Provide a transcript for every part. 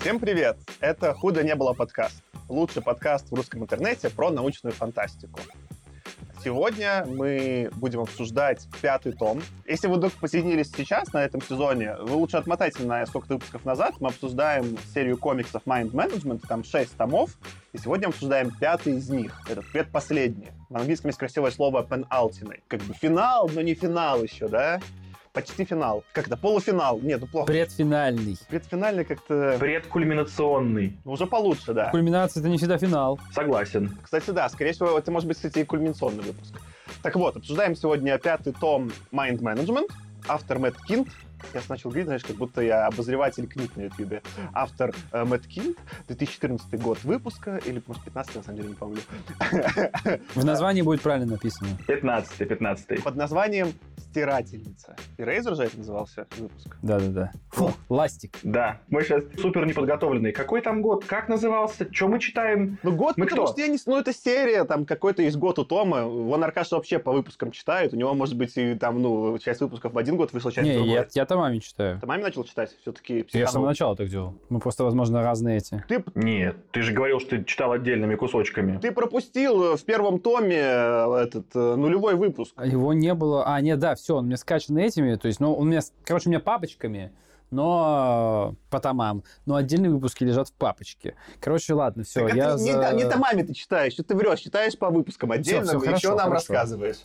Всем привет! Это «Худо не было» подкаст. Лучший подкаст в русском интернете про научную фантастику. Сегодня мы будем обсуждать 5-й том. Если вы вдруг присоединились сейчас на этом сезоне, вы лучше отмотайте на сколько выпусков назад. Мы обсуждаем серию комиксов Mind Management, там 6 томов. И сегодня обсуждаем 5-й из них. Это предпоследний. В английском есть красивое слово penultimate. Как бы финал, но не финал еще, да? Почти финал. Как это? Полуфинал. Нет, ну плохо. Предфинальный. Предфинальный как-то... Предкульминационный. Уже получше, да. Кульминация — это не всегда финал. Согласен. Кстати, да, скорее всего, это может быть, кстати, и кульминационный выпуск. Так вот, обсуждаем сегодня 5-й том Mind Management. Автор Мэтт Кинд. Я начал говорить, знаешь, как будто я обозреватель книг на YouTube. Автор Мэтт Кинд, 2014 год выпуска, или, может, 15, на самом деле, не помню. В названии будет правильно написано. 15-й. Под названием «Стирательница». Eraser же это назывался выпуск? Да-да-да. Фу, ластик. Да. Мы сейчас супер неподготовленные. Какой там год? Как назывался? Что мы читаем? Ну, год, Мы потому кто? что я не... Ну, это серия, там, какой-то есть год у Тома. Вон Аркаша вообще по выпускам читает. У него, может быть, и там, ну, часть выпусков в один год вышла, часть в Не, другой. я тамами читаю. Ты маме начал читать? Все-таки Я с психанул. самого начала так делал. Мы просто, возможно, разные эти. Нет, ты же говорил, что ты читал отдельными кусочками. Ты пропустил в первом томе этот нулевой выпуск. А его не было... А, нет, да, все, он мне скачан этими. То есть, ну, у меня, короче, у меня папочками, но по томам. Но отдельные выпуски лежат в папочке. Короче, ладно, все. Так Я это не томами ты читаешь, что ты врешь, читаешь по выпускам отдельно, Всё, и хорошо, еще нам хорошо. рассказываешь.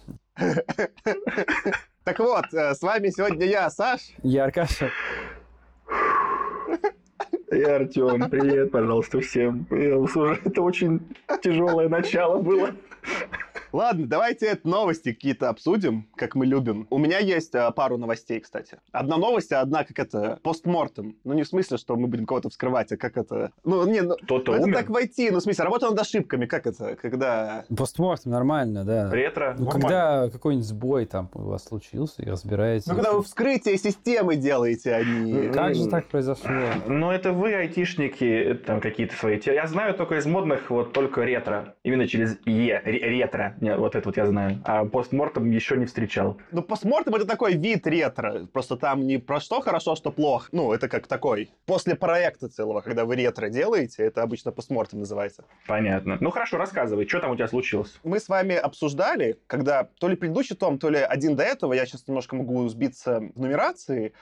Так вот, с вами сегодня я, Саш. Я Аркаша. И Артем, привет, пожалуйста, всем. Это очень тяжелое начало было. Ладно, давайте новости какие-то обсудим, как мы любим. У меня есть пару новостей, кстати. Одна новость, а одна как это постмортем. Ну, не в смысле, что мы будем кого-то вскрывать, а как это... Ну, не, ну, Кто-то это умер? так войти. Ну, в смысле, работа над ошибками, как это, когда... Постмортем нормально, да. Ретро? Ну, когда какой-нибудь сбой там у вас случился и разбираетесь. Ну, когда вы вскрытие системы делаете, а не... Как же так произошло? Ну, это вы, айтишники, там какие-то свои... Я знаю только из модных вот только ретро. Именно через ретро. Вот это вот я знаю. А постмортом еще не встречал. Ну, постмортем — это такой вид ретро. Просто там не про что хорошо, что плохо. Ну, это как такой. После проекта целого, когда вы ретро делаете, это обычно постмортем называется. Понятно. Ну, хорошо, рассказывай, что там у тебя случилось? Мы с вами обсуждали, когда то ли предыдущий том, то ли один до этого, я сейчас немножко могу сбиться в нумерации,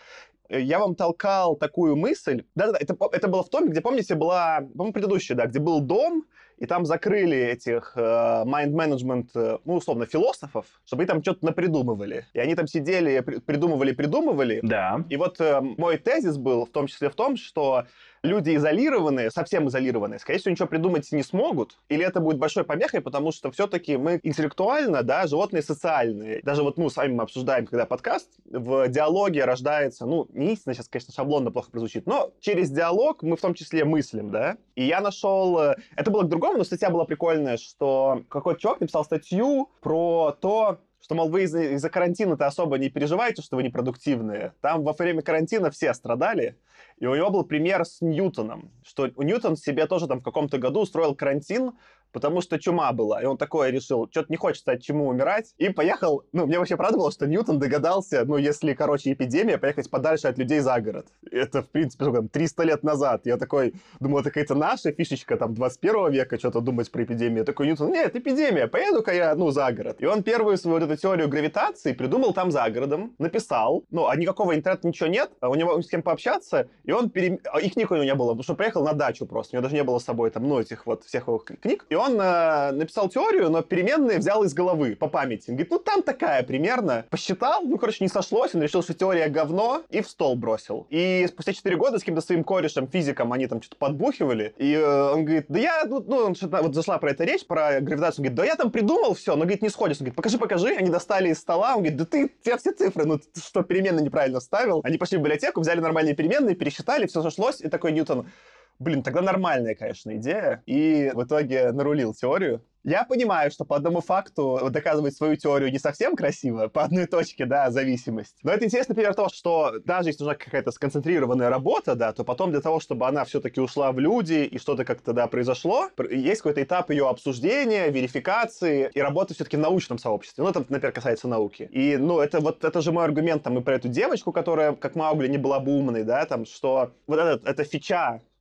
я вам толкал такую мысль. Да-да-да, это было в томе, где, помните, была, по-моему, предыдущая, да, где был дом, и там закрыли этих mind-management, ну, условно, философов, чтобы они там что-то напридумывали. И они там сидели, придумывали. Да. И вот мой тезис был в том числе в том, что люди изолированные, совсем изолированные, скорее всего, ничего придумать не смогут, или это будет большой помехой, потому что все-таки мы интеллектуально, да, животные социальные. Даже вот, ну, с вами мы обсуждаем, когда подкаст, в диалоге рождается, ну, не истина, сейчас, конечно, шаблонно плохо прозвучит, но через диалог мы в том числе мыслим, да. И я нашел... Это было к другому, но статья была прикольная, что какой-то чувак написал статью про то, что, мол, вы из-за карантина-то особо не переживаете, что вы непродуктивные. Там во время карантина все страдали. И у него был пример с Ньютоном, что Ньютон себе тоже там в каком-то году устроил карантин, потому что чума была. И он такой решил, что-то не хочется от чумы умирать. И поехал... Ну, мне вообще правда было, что Ньютон догадался, ну, если, короче, эпидемия, поехать подальше от людей за город. Это, в принципе, сколько там, 300 лет назад. Я такой, думаю, это какая-то наша фишечка, там, 21 века, что-то думать про эпидемию. Я такой, Ньютон, нет, эпидемия, поеду-ка я, ну, за город. И он первую свою вот эту теорию гравитации придумал там за городом, написал. Ну, а никакого интернета ничего нет, а у него с кем пообщаться, и он... И книг у него не было, потому что приехал на дачу просто. У него даже не было с собой там, ну, этих вот всех его книг. И он написал теорию, но переменные взял из головы, по памяти. Он говорит, ну, там такая примерно. Посчитал, ну, короче, не сошлось. Он решил, что теория говно, и в стол бросил. И спустя 4 года с каким-то своим корешем, физиком, они там что-то подбухивали. И он говорит, да я, ну, вот зашла про это речь, про гравитацию. Он говорит, да я там придумал все, но, говорит, не сходится. Он говорит, покажи. Они достали из стола. Он говорит, да у тебя все цифры, ну, ты что, переменные неправильно ставил? Они пошли в библиотеку, взяли нормальные переменные, пересчитали, все сошлось. И такой Ньютон, блин, тогда нормальная, конечно, идея. И в итоге нарулил теорию. Я понимаю, что по одному факту доказывать свою теорию не совсем красиво, по одной точке, да, зависимость. Но это интересный пример того, что даже если нужна какая-то сконцентрированная работа, да, то потом для того, чтобы она все-таки ушла в люди и что-то как-то, да, произошло, есть какой-то этап ее обсуждения, верификации и работы все-таки в научном сообществе. Ну, это, например, касается науки. И, ну, это же мой аргумент там и про эту девочку, которая, как Маугли, не была бы умной, да, там, что вот эта фича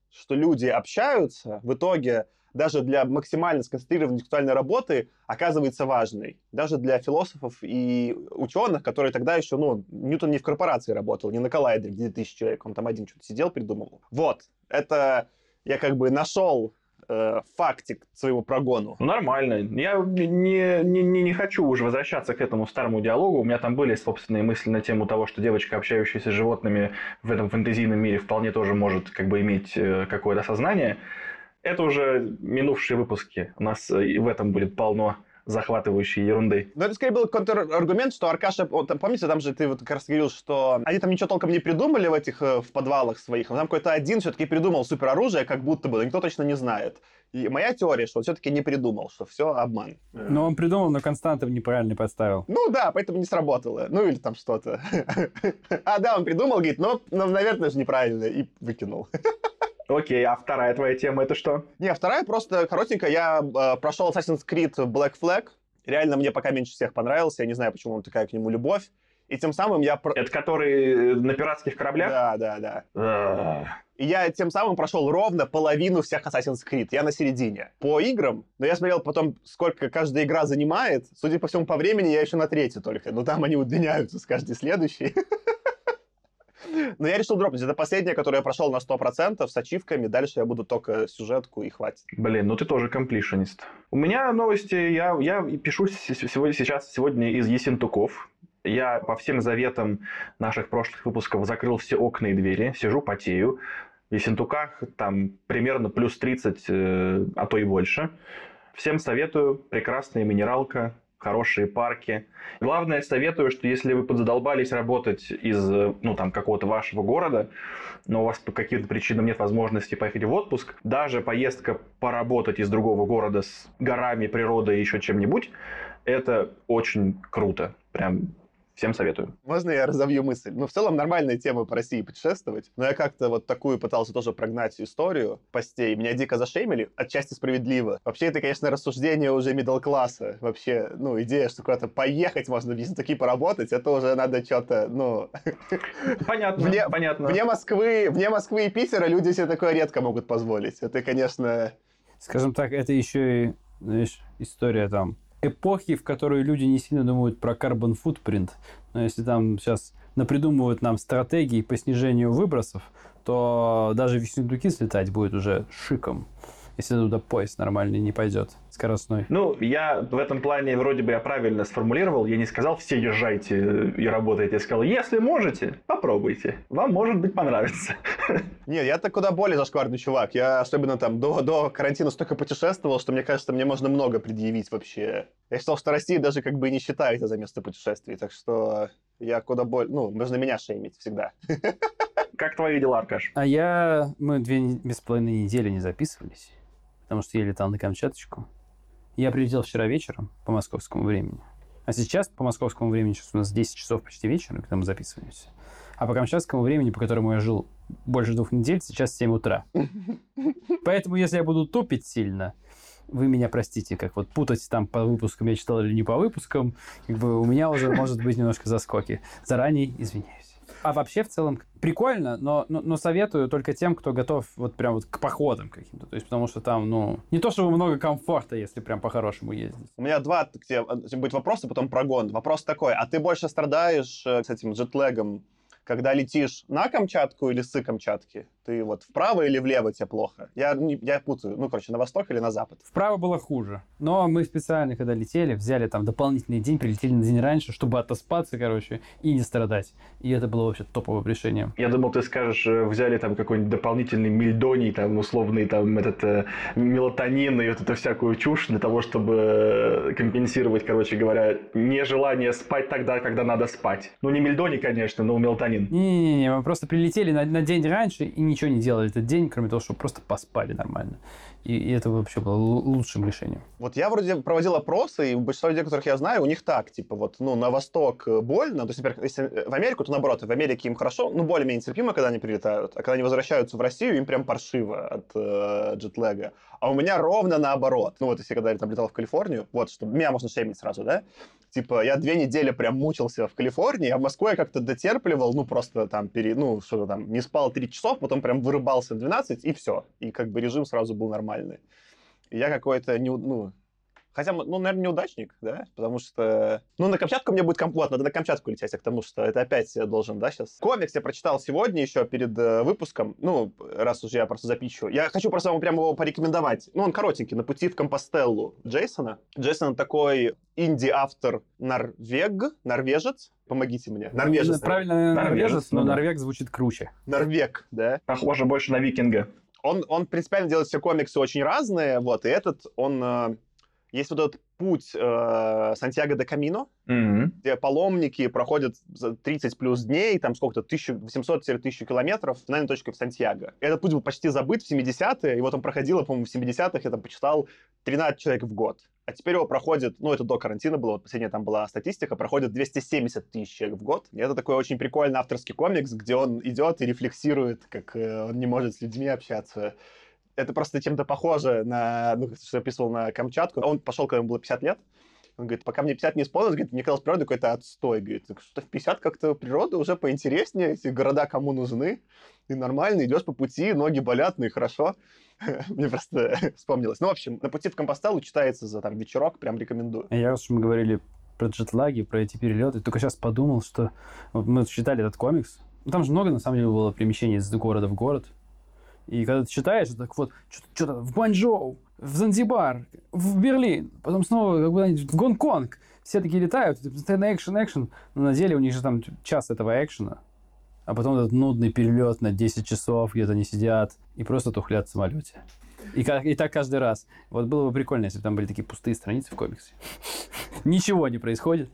что люди общаются, в итоге даже для максимально сконцентрированной интеллектуальной работы оказывается важной. Даже для философов и ученых, которые тогда еще, Ньютон не в корпорации работал, не на коллайдере, где 1000 человек, он там один что-то сидел, придумывал. Вот, это я как бы нашел фактик своему прогону. Нормально. Я не хочу уже возвращаться к этому старому диалогу. У меня там были собственные мысли на тему того, что девочка, общающаяся с животными в этом фэнтезийном мире, вполне тоже может как бы иметь какое-то сознание. Это уже минувшие выпуски. У нас и в этом будет полно захватывающей ерунды. Но это скорее был контраргумент, что Аркаша, помните, там же ты вот как раз говорил, что они там ничего толком не придумали в подвалах своих, но там какой-то один все-таки придумал супероружие, как будто бы, но никто точно не знает. И моя теория, что он все-таки не придумал, что все обман. Но он придумал, но константов неправильно подставил. Ну да, поэтому не сработало. Ну или там что-то. А, да, он придумал, говорит, но наверное, же неправильно, и выкинул. Окей, а вторая твоя тема это что? Не, вторая просто коротенько. Я прошел Assassin's Creed Black Flag. Реально мне пока меньше всех понравился. Я не знаю, почему такая к нему любовь. И тем самым я... Это который на пиратских кораблях? Да. И я тем самым прошел ровно половину всех Assassin's Creed. Я на середине. По играм, но я смотрел потом, сколько каждая игра занимает. Судя по всему, по времени я еще на третьей только. Но там они удлиняются с каждой следующей. Но я решил дропнуть. Это последняя, которую я прошел на 100% с ачивками. Дальше я буду только сюжетку и хватит. Блин, ну ты тоже комплишенист. У меня новости. Я пишу сегодня из Ессентуков. Я по всем заветам наших прошлых выпусков закрыл все окна и двери. Сижу, потею. В Ессентуках там примерно плюс 30, а то и больше. Всем советую. Прекрасная минералка. Хорошие парки. Главное, советую, что если вы подзадолбались работать из какого-то вашего города, но у вас по каким-то причинам нет возможности поехать в отпуск, даже поездка поработать из другого города с горами, природой и еще чем-нибудь, это очень круто. Прям всем советую. Можно я разовью мысль? В целом нормальная тема по России путешествовать, но я как-то вот такую пытался тоже прогнать историю постей. Меня дико зашеймили, отчасти справедливо. Вообще, это, конечно, рассуждение уже middle-класса. Вообще, идея, что куда-то поехать можно в Ессентуки поработать, это уже надо что-то, Понятно. Вне Москвы и Питера люди себе такое редко могут позволить. Это, конечно... Скажем так, это еще и, история там эпохи, в которой люди не сильно думают про carbon footprint. Но если там сейчас напридумывают нам стратегии по снижению выбросов, то даже в Ессентуки слетать будет уже шиком, если туда поезд нормальный не пойдет, скоростной. Я в этом плане вроде бы я правильно сформулировал. Я не сказал, все езжайте и работайте. Я сказал, если можете, попробуйте. Вам, может быть, понравится. Нет, я-то куда более зашкварный чувак. Я особенно там до карантина столько путешествовал, что мне кажется, мне можно много предъявить вообще. Я считал, что Россия даже как бы не считает это за место путешествий. Так что я куда более... можно меня шеймить всегда. Как твои дела, Аркаш? Мы 2,5 недели не записывались, потому что я летал на Камчаточку. Я прилетел вчера вечером по московскому времени. А сейчас по московскому времени, сейчас у нас 10 часов почти вечера, когда мы записываемся. А по камчатскому времени, по которому я жил больше 2 недель, сейчас 7 утра. Поэтому, если я буду тупить сильно, вы меня простите, как вот путать там по выпускам я читал или не по выпускам, как бы у меня уже может быть немножко заскоки. Заранее извиняюсь. А вообще, в целом, прикольно, но советую только тем, кто готов вот прям вот к походам каким-то. То есть, потому что там, не то чтобы много комфорта, если прям по-хорошему ездить. У меня 2 к тебе будет вопроса, потом прогон. Вопрос такой, а ты больше страдаешь с этим джетлэгом, когда летишь на Камчатку или с Камчатки? Ты вот вправо или влево тебе плохо? Я путаю. На восток или на запад? Вправо было хуже. Но мы специально, когда летели, взяли там дополнительный день, прилетели на день раньше, чтобы отоспаться, и не страдать. И это было вообще топовым решением. Я думал, ты скажешь, взяли там какой-нибудь дополнительный мельдоний, там условный там этот мелатонин и вот эту всякую чушь для того, чтобы компенсировать, нежелание спать тогда, когда надо спать. Не мельдоний, конечно, но мелатонин. Не-не-не, мы просто прилетели на день раньше и ничего не делали этот день, кроме того, чтобы просто поспали нормально. И это вообще было лучшим решением. Вот я вроде проводил опросы, и большинство людей, которых я знаю, у них так, на восток больно. То есть, например, если в Америку, то наоборот, в Америке им хорошо, более-менее терпимо, когда они прилетают, а когда они возвращаются в Россию, им прям паршиво от джетлэга. А у меня ровно наоборот. Если когда я там летал в Калифорнию, чтобы меня можно шеймить сразу, да? Типа, я 2 недели прям мучился в Калифорнии, а в Москве я как-то дотерпливал, ну, просто там, что-то там, не спал 3 часов, потом прям вырубался в 12, и все. И как бы режим сразу был нормальный. И я какой-то, хотя, наверное, неудачник, да, потому что... на Камчатку мне будет комфортно, надо на Камчатку лететь, к тому, что это опять я должен, да, сейчас. Комикс я прочитал сегодня еще перед выпуском, раз уже я просто запичу. Я хочу просто вам прямо его порекомендовать. Он коротенький, «На пути в Компостеллу» Джейсона. Джейсон такой инди-автор норвежец. Помогите мне. Норвежец. Правильно, норвежец, но норвег звучит круче. Норвег, да. Похоже больше на викинга. Он принципиально делает все комиксы очень разные, вот, и этот, он... Есть вот этот путь Сантьяго де Камино, где паломники проходят за 30 плюс дней, там сколько-то, 1800-1000 километров, финальной точкой в Сантьяго. Этот путь был почти забыт в 70-е, его там проходило, по-моему, в 70-х, я там почитал, 13 человек в год. А теперь его проходит, это до карантина было, вот последняя там была статистика, проходит 270 тысяч человек в год. И это такой очень прикольный авторский комикс, где он идет и рефлексирует, как он не может с людьми общаться. Это просто чем-то похоже на, что я описывал на Камчатку. Он пошел, когда ему было 50 лет. Он говорит, пока мне 50 не исполнилось, говорит, мне казалось, природа какой-то отстой. Говорит, что в 50 как-то природа уже поинтереснее, эти города кому нужны. И нормально, идешь по пути, ноги болят, и хорошо. Мне просто вспомнилось. В общем, «На пути в Компостеллу» читается за вечерок, прям рекомендую. Раз мы говорили про джетлаги, про эти перелеты, только сейчас подумал, что мы читали этот комикс. Там же много, на самом деле, было перемещений из города в город. И когда ты читаешь, так вот, что-то в Гуанчжоу, в Занзибар, в Берлин, потом снова куда-нибудь в Гонконг. Все такие летают, постоянно экшен. Но на деле у них же там час этого экшена. А потом этот нудный перелет на 10 часов, где-то они сидят и просто тухлят в самолете. И так каждый раз. Вот было бы прикольно, если бы там были такие пустые страницы в комиксе. Ничего не происходит.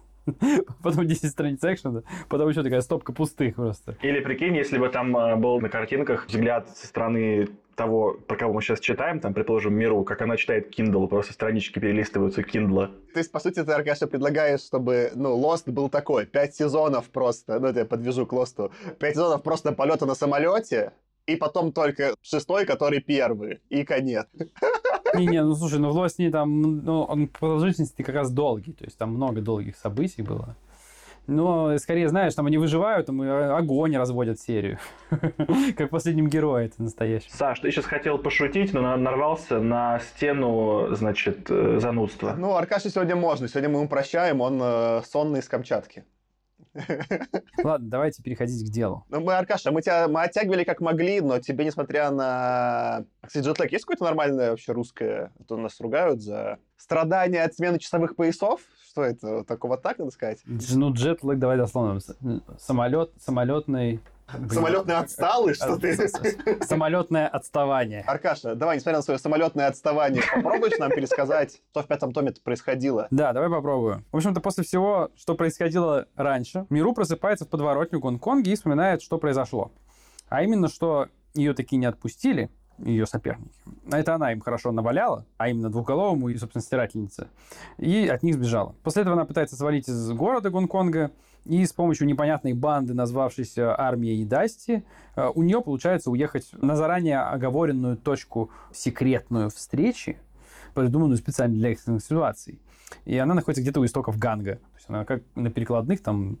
Потом 10 страниц экшена, потом еще такая стопка пустых просто. Или прикинь, если бы там был на картинках взгляд со стороны того, про кого мы сейчас читаем, там, предположим, Миру, как она читает Kindle, просто странички перелистываются Kindle. То есть, по сути, ты, Аркаша, предлагаешь, чтобы, Lost был такой, 5 сезонов просто, это я подвяжу к Лосту, 5 сезонов просто полета на самолете, и потом только 6-й, который первый, и конец. Слушай, в Лосне там, он по продолжительности как раз долгий, то есть там много долгих событий было. Но, скорее, знаешь, там они выживают, там огонь разводят серию. Как в «Последнем герое» это настоящий. Саш, ты сейчас хотел пошутить, но нарвался на стену, занудства. Аркаше сегодня можно, сегодня мы ему прощаем, он сонный из Камчатки. Ладно, давайте переходить к делу. Аркаша, мы оттягивали как могли, но тебе, несмотря на... Кстати, джетлэг есть какое-то нормальное вообще русское? А то нас ругают за страдания от смены часовых поясов. Что это? Так надо сказать? Джетлэг, давай дословно. Самолетный... Самолетный отсталый, что ты? Самолетное отставание. Аркаша, давай, несмотря на свое самолетное отставание, попробуешь нам пересказать, что в 5-м томе происходило? Да, давай попробую. В общем-то, после всего, что происходило раньше, Миру просыпается в подворотне в Гонконге и вспоминает, что произошло. А именно, что ее таки не отпустили, ее соперники. Это она им хорошо наваляла, а именно двухголовому и, собственно, стирательнице. И от них сбежала. После этого она пытается свалить из города Гонконга, и с помощью непонятной банды, назвавшейся армией Дасти, у нее получается уехать на заранее оговоренную точку секретную встречи, придуманную специально для экстренных ситуаций. И она находится где-то у истоков Ганга. То есть она как на перекладных, там,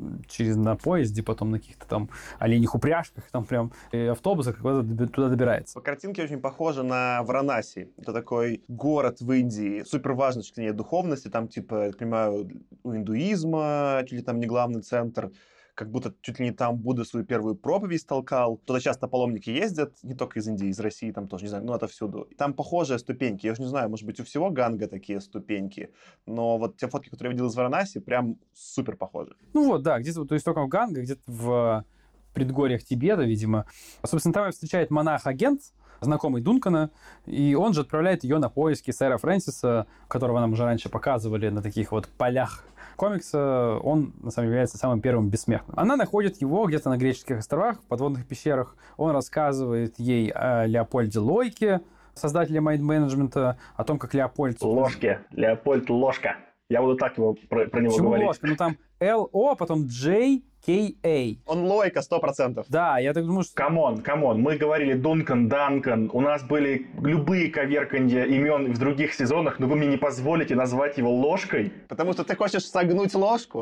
на поезде, потом на каких-то там оленьих упряжках, там прям автобусах туда добирается. По картинке очень похоже на Варанаси. Это такой город в Индии, супер важный с точки зрения духовности. Там, я понимаю, у индуизма, чуть ли там не главный центр. Как будто чуть ли не там Будда свою первую проповедь толкал. Туда часто паломники ездят, не только из Индии, из России, там тоже, не знаю, отовсюду. Там похожие ступеньки. Я уж не знаю, может быть, у всего Ганга такие ступеньки, но вот те фотки, которые я видел из Варанаси, прям супер похожи. Да, где-то у истоков Ганга, где-то в предгорьях Тибета, видимо. Собственно, там встречает монах-агент, знакомый Дункана, и он же отправляет ее на поиски сэра Фрэнсиса, которого нам уже раньше показывали на таких вот полях комикса. Он, на самом деле, является самым первым бессмертным. Она находит его где-то на греческих островах, в подводных пещерах. Он рассказывает ей о Леопольде Лойке, создателе майнд-менеджмента, о том, как Леопольд... Леопольд Ложка. Я буду так про него Почему говорить. Ложка? Там L-O, потом J, K.A. Он Лойка 100%. Да, я так думаю, что... Камон, мы говорили Дункан, Данкан, у нас были любые коверканья имен в других сезонах, но вы мне не позволите назвать его ложкой? Потому что ты хочешь согнуть ложку.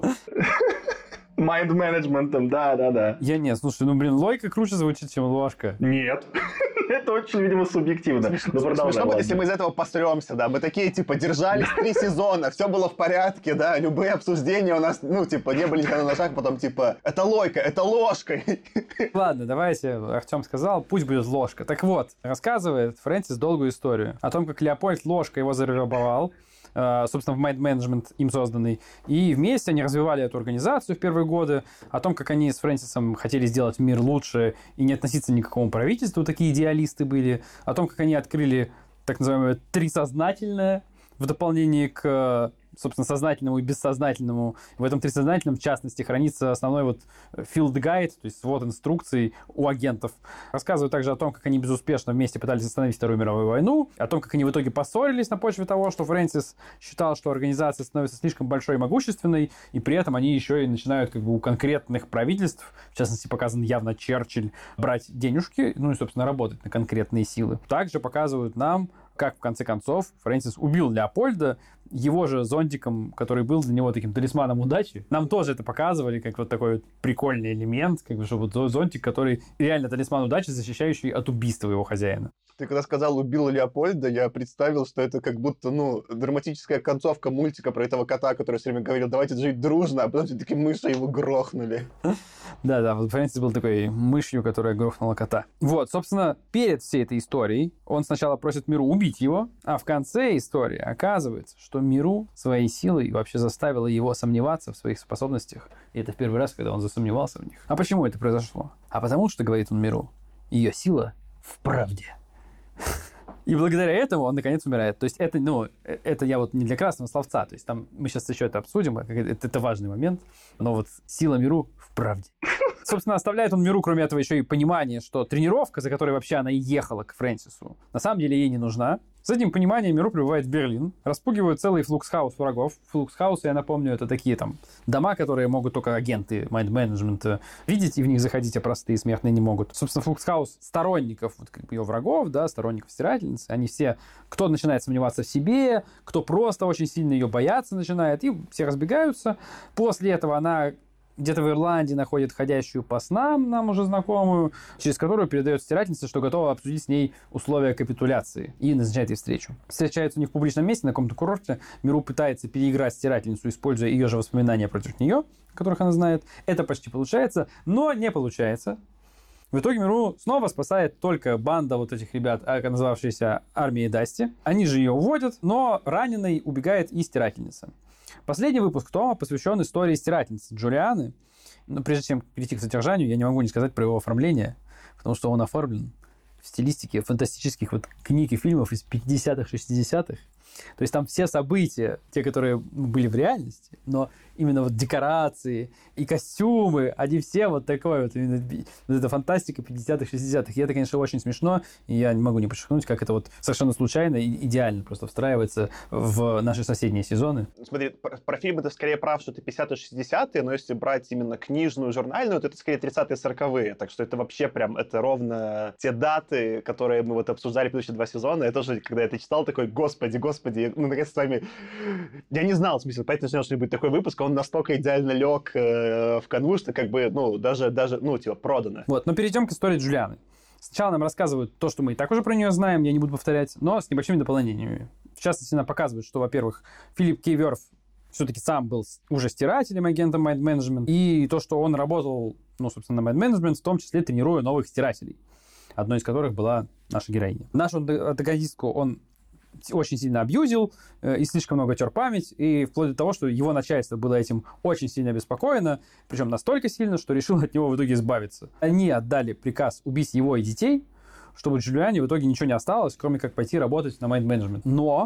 Майнд-менеджментом, да. Я нет, слушай, Лойка круче звучит, чем ложка. Нет. Это очень, видимо, субъективно. Но продолжай, Смешно будет, если мы из этого постремся, да. Мы такие, типа, держались 3 сезона, все было в порядке, да. Любые обсуждения у нас, не были никогда на ножах, потом, типа, это Лойка, это ложкой. Ладно, давайте, Артем сказал, пусть будет ложка. Так вот, рассказывает Фрэнсис долгую историю о том, как Леопольд Ложка его завербовал, собственно, в Mind Management им созданный. И вместе они развивали эту организацию в первые годы, о том, как они с Фрэнсисом хотели сделать мир лучше и не относиться ни к какому правительству, такие идеалисты были, о том, как они открыли так называемое трисознательное в дополнение к, собственно, сознательному и бессознательному. В этом трисознательном, в частности, хранится основной field guide, то есть свод инструкций у агентов. Рассказывают также о том, как они безуспешно вместе пытались остановить Вторую мировую войну, о том, как они в итоге поссорились на почве того, что Фрэнсис считал, что организация становится слишком большой и могущественной, и при этом они еще и начинают у конкретных правительств, в частности, показан явно Черчилль, брать денежки, и, собственно, работать на конкретные силы. Также показывают нам, как, в конце концов, Фрэнсис убил Леопольда его же зонтиком, который был для него таким талисманом удачи. Нам тоже это показывали, как такой прикольный элемент, что зонтик, который реально талисман удачи, защищающий от убийства его хозяина. Ты когда сказал «убил Леопольда», я представил, что это как будто, драматическая концовка мультика про этого кота, который все время говорил «давайте жить дружно», а потом все таки мыши его грохнули. Да, Фрэнсис был такой мышью, которая грохнула кота. Собственно, перед всей этой историей он сначала просит Миру убить его, а в конце истории оказывается, что Миру своей силой вообще заставила его сомневаться в своих способностях. И это в первый раз, когда он засомневался в них. А почему это произошло? А потому что, говорит он Миру, ее сила в правде. И благодаря этому он, наконец, умирает. То есть это я не для красного словца. То есть там мы сейчас еще это обсудим, это важный момент. Но сила Миру в правде. Собственно, оставляет он Миру, кроме этого, еще и понимание, что тренировка, за которой вообще она и ехала к Фрэнсису, на самом деле ей не нужна. С этим пониманием Миру прибывает в Берлин, распугивают целый флуксхаус врагов. Флуксхаусы, я напомню, это такие дома, которые могут только агенты майнд-менеджмента видеть и в них заходить, а простые смертные не могут. Собственно, флуксхаус сторонников ее врагов, да, сторонников стирательницы, они все, кто начинает сомневаться в себе, кто просто очень сильно ее бояться начинает, и все разбегаются. После этого она где-то в Ирландии находит ходящую по снам, нам уже знакомую, через которую передает стирательнице, что готова обсудить с ней условия капитуляции, и назначает ей встречу. Встречаются не в публичном месте, на каком-то курорте. Миру пытается переиграть стирательницу, используя ее же воспоминания против нее, которых она знает. Это почти получается, но не получается. В итоге Миру снова спасает только банда этих ребят, называвшаяся армией Дасти. Они же ее уводят, но раненой убегает и стирательница. Последний выпуск тома посвящен истории стирательницы Джулианы. Но прежде чем перейти к содержанию, я не могу не сказать про его оформление, потому что он оформлен в стилистике фантастических книг и фильмов из 50-х, 60-х. То есть там все события, те, которые были в реальности, но именно декорации и костюмы, они все такое это фантастика 50-х, 60-х. И это, конечно, очень смешно, и я не могу не подчеркнуть, как это совершенно случайно и идеально просто встраивается в наши соседние сезоны. Смотри, про фильмы ты скорее прав, что это 50-е, 60-е, но если брать именно книжную, журнальную, то это скорее 30-е, 40-е. Так что это вообще прям, это ровно те даты, которые мы обсуждали предыдущие 2 сезона. Я тоже, когда я это читал, такой, господи, наконец с вами... Я не знал, в смысле, поэтому должен быть такой выпуск, он настолько идеально лег в канву, что даже продано. Но перейдем к истории Джулианы. Сначала нам рассказывают то, что мы и так уже про нее знаем, я не буду повторять, но с небольшими дополнениями. В частности, она показывает, что, во-первых, Филипп Кей Верф все-таки сам был уже стирателем, агентом Mind Management, и то, что он работал, собственно, на Mind Management, в том числе тренируя новых стирателей, одной из которых была наша героиня. Нашу антагонистку он очень сильно абьюзил и слишком много тер память, и вплоть до того, что его начальство было этим очень сильно обеспокоено, причем настолько сильно, что решил от него в итоге избавиться. Они отдали приказ убить его и детей, чтобы Джулиане в итоге ничего не осталось, кроме как пойти работать на Mind Management.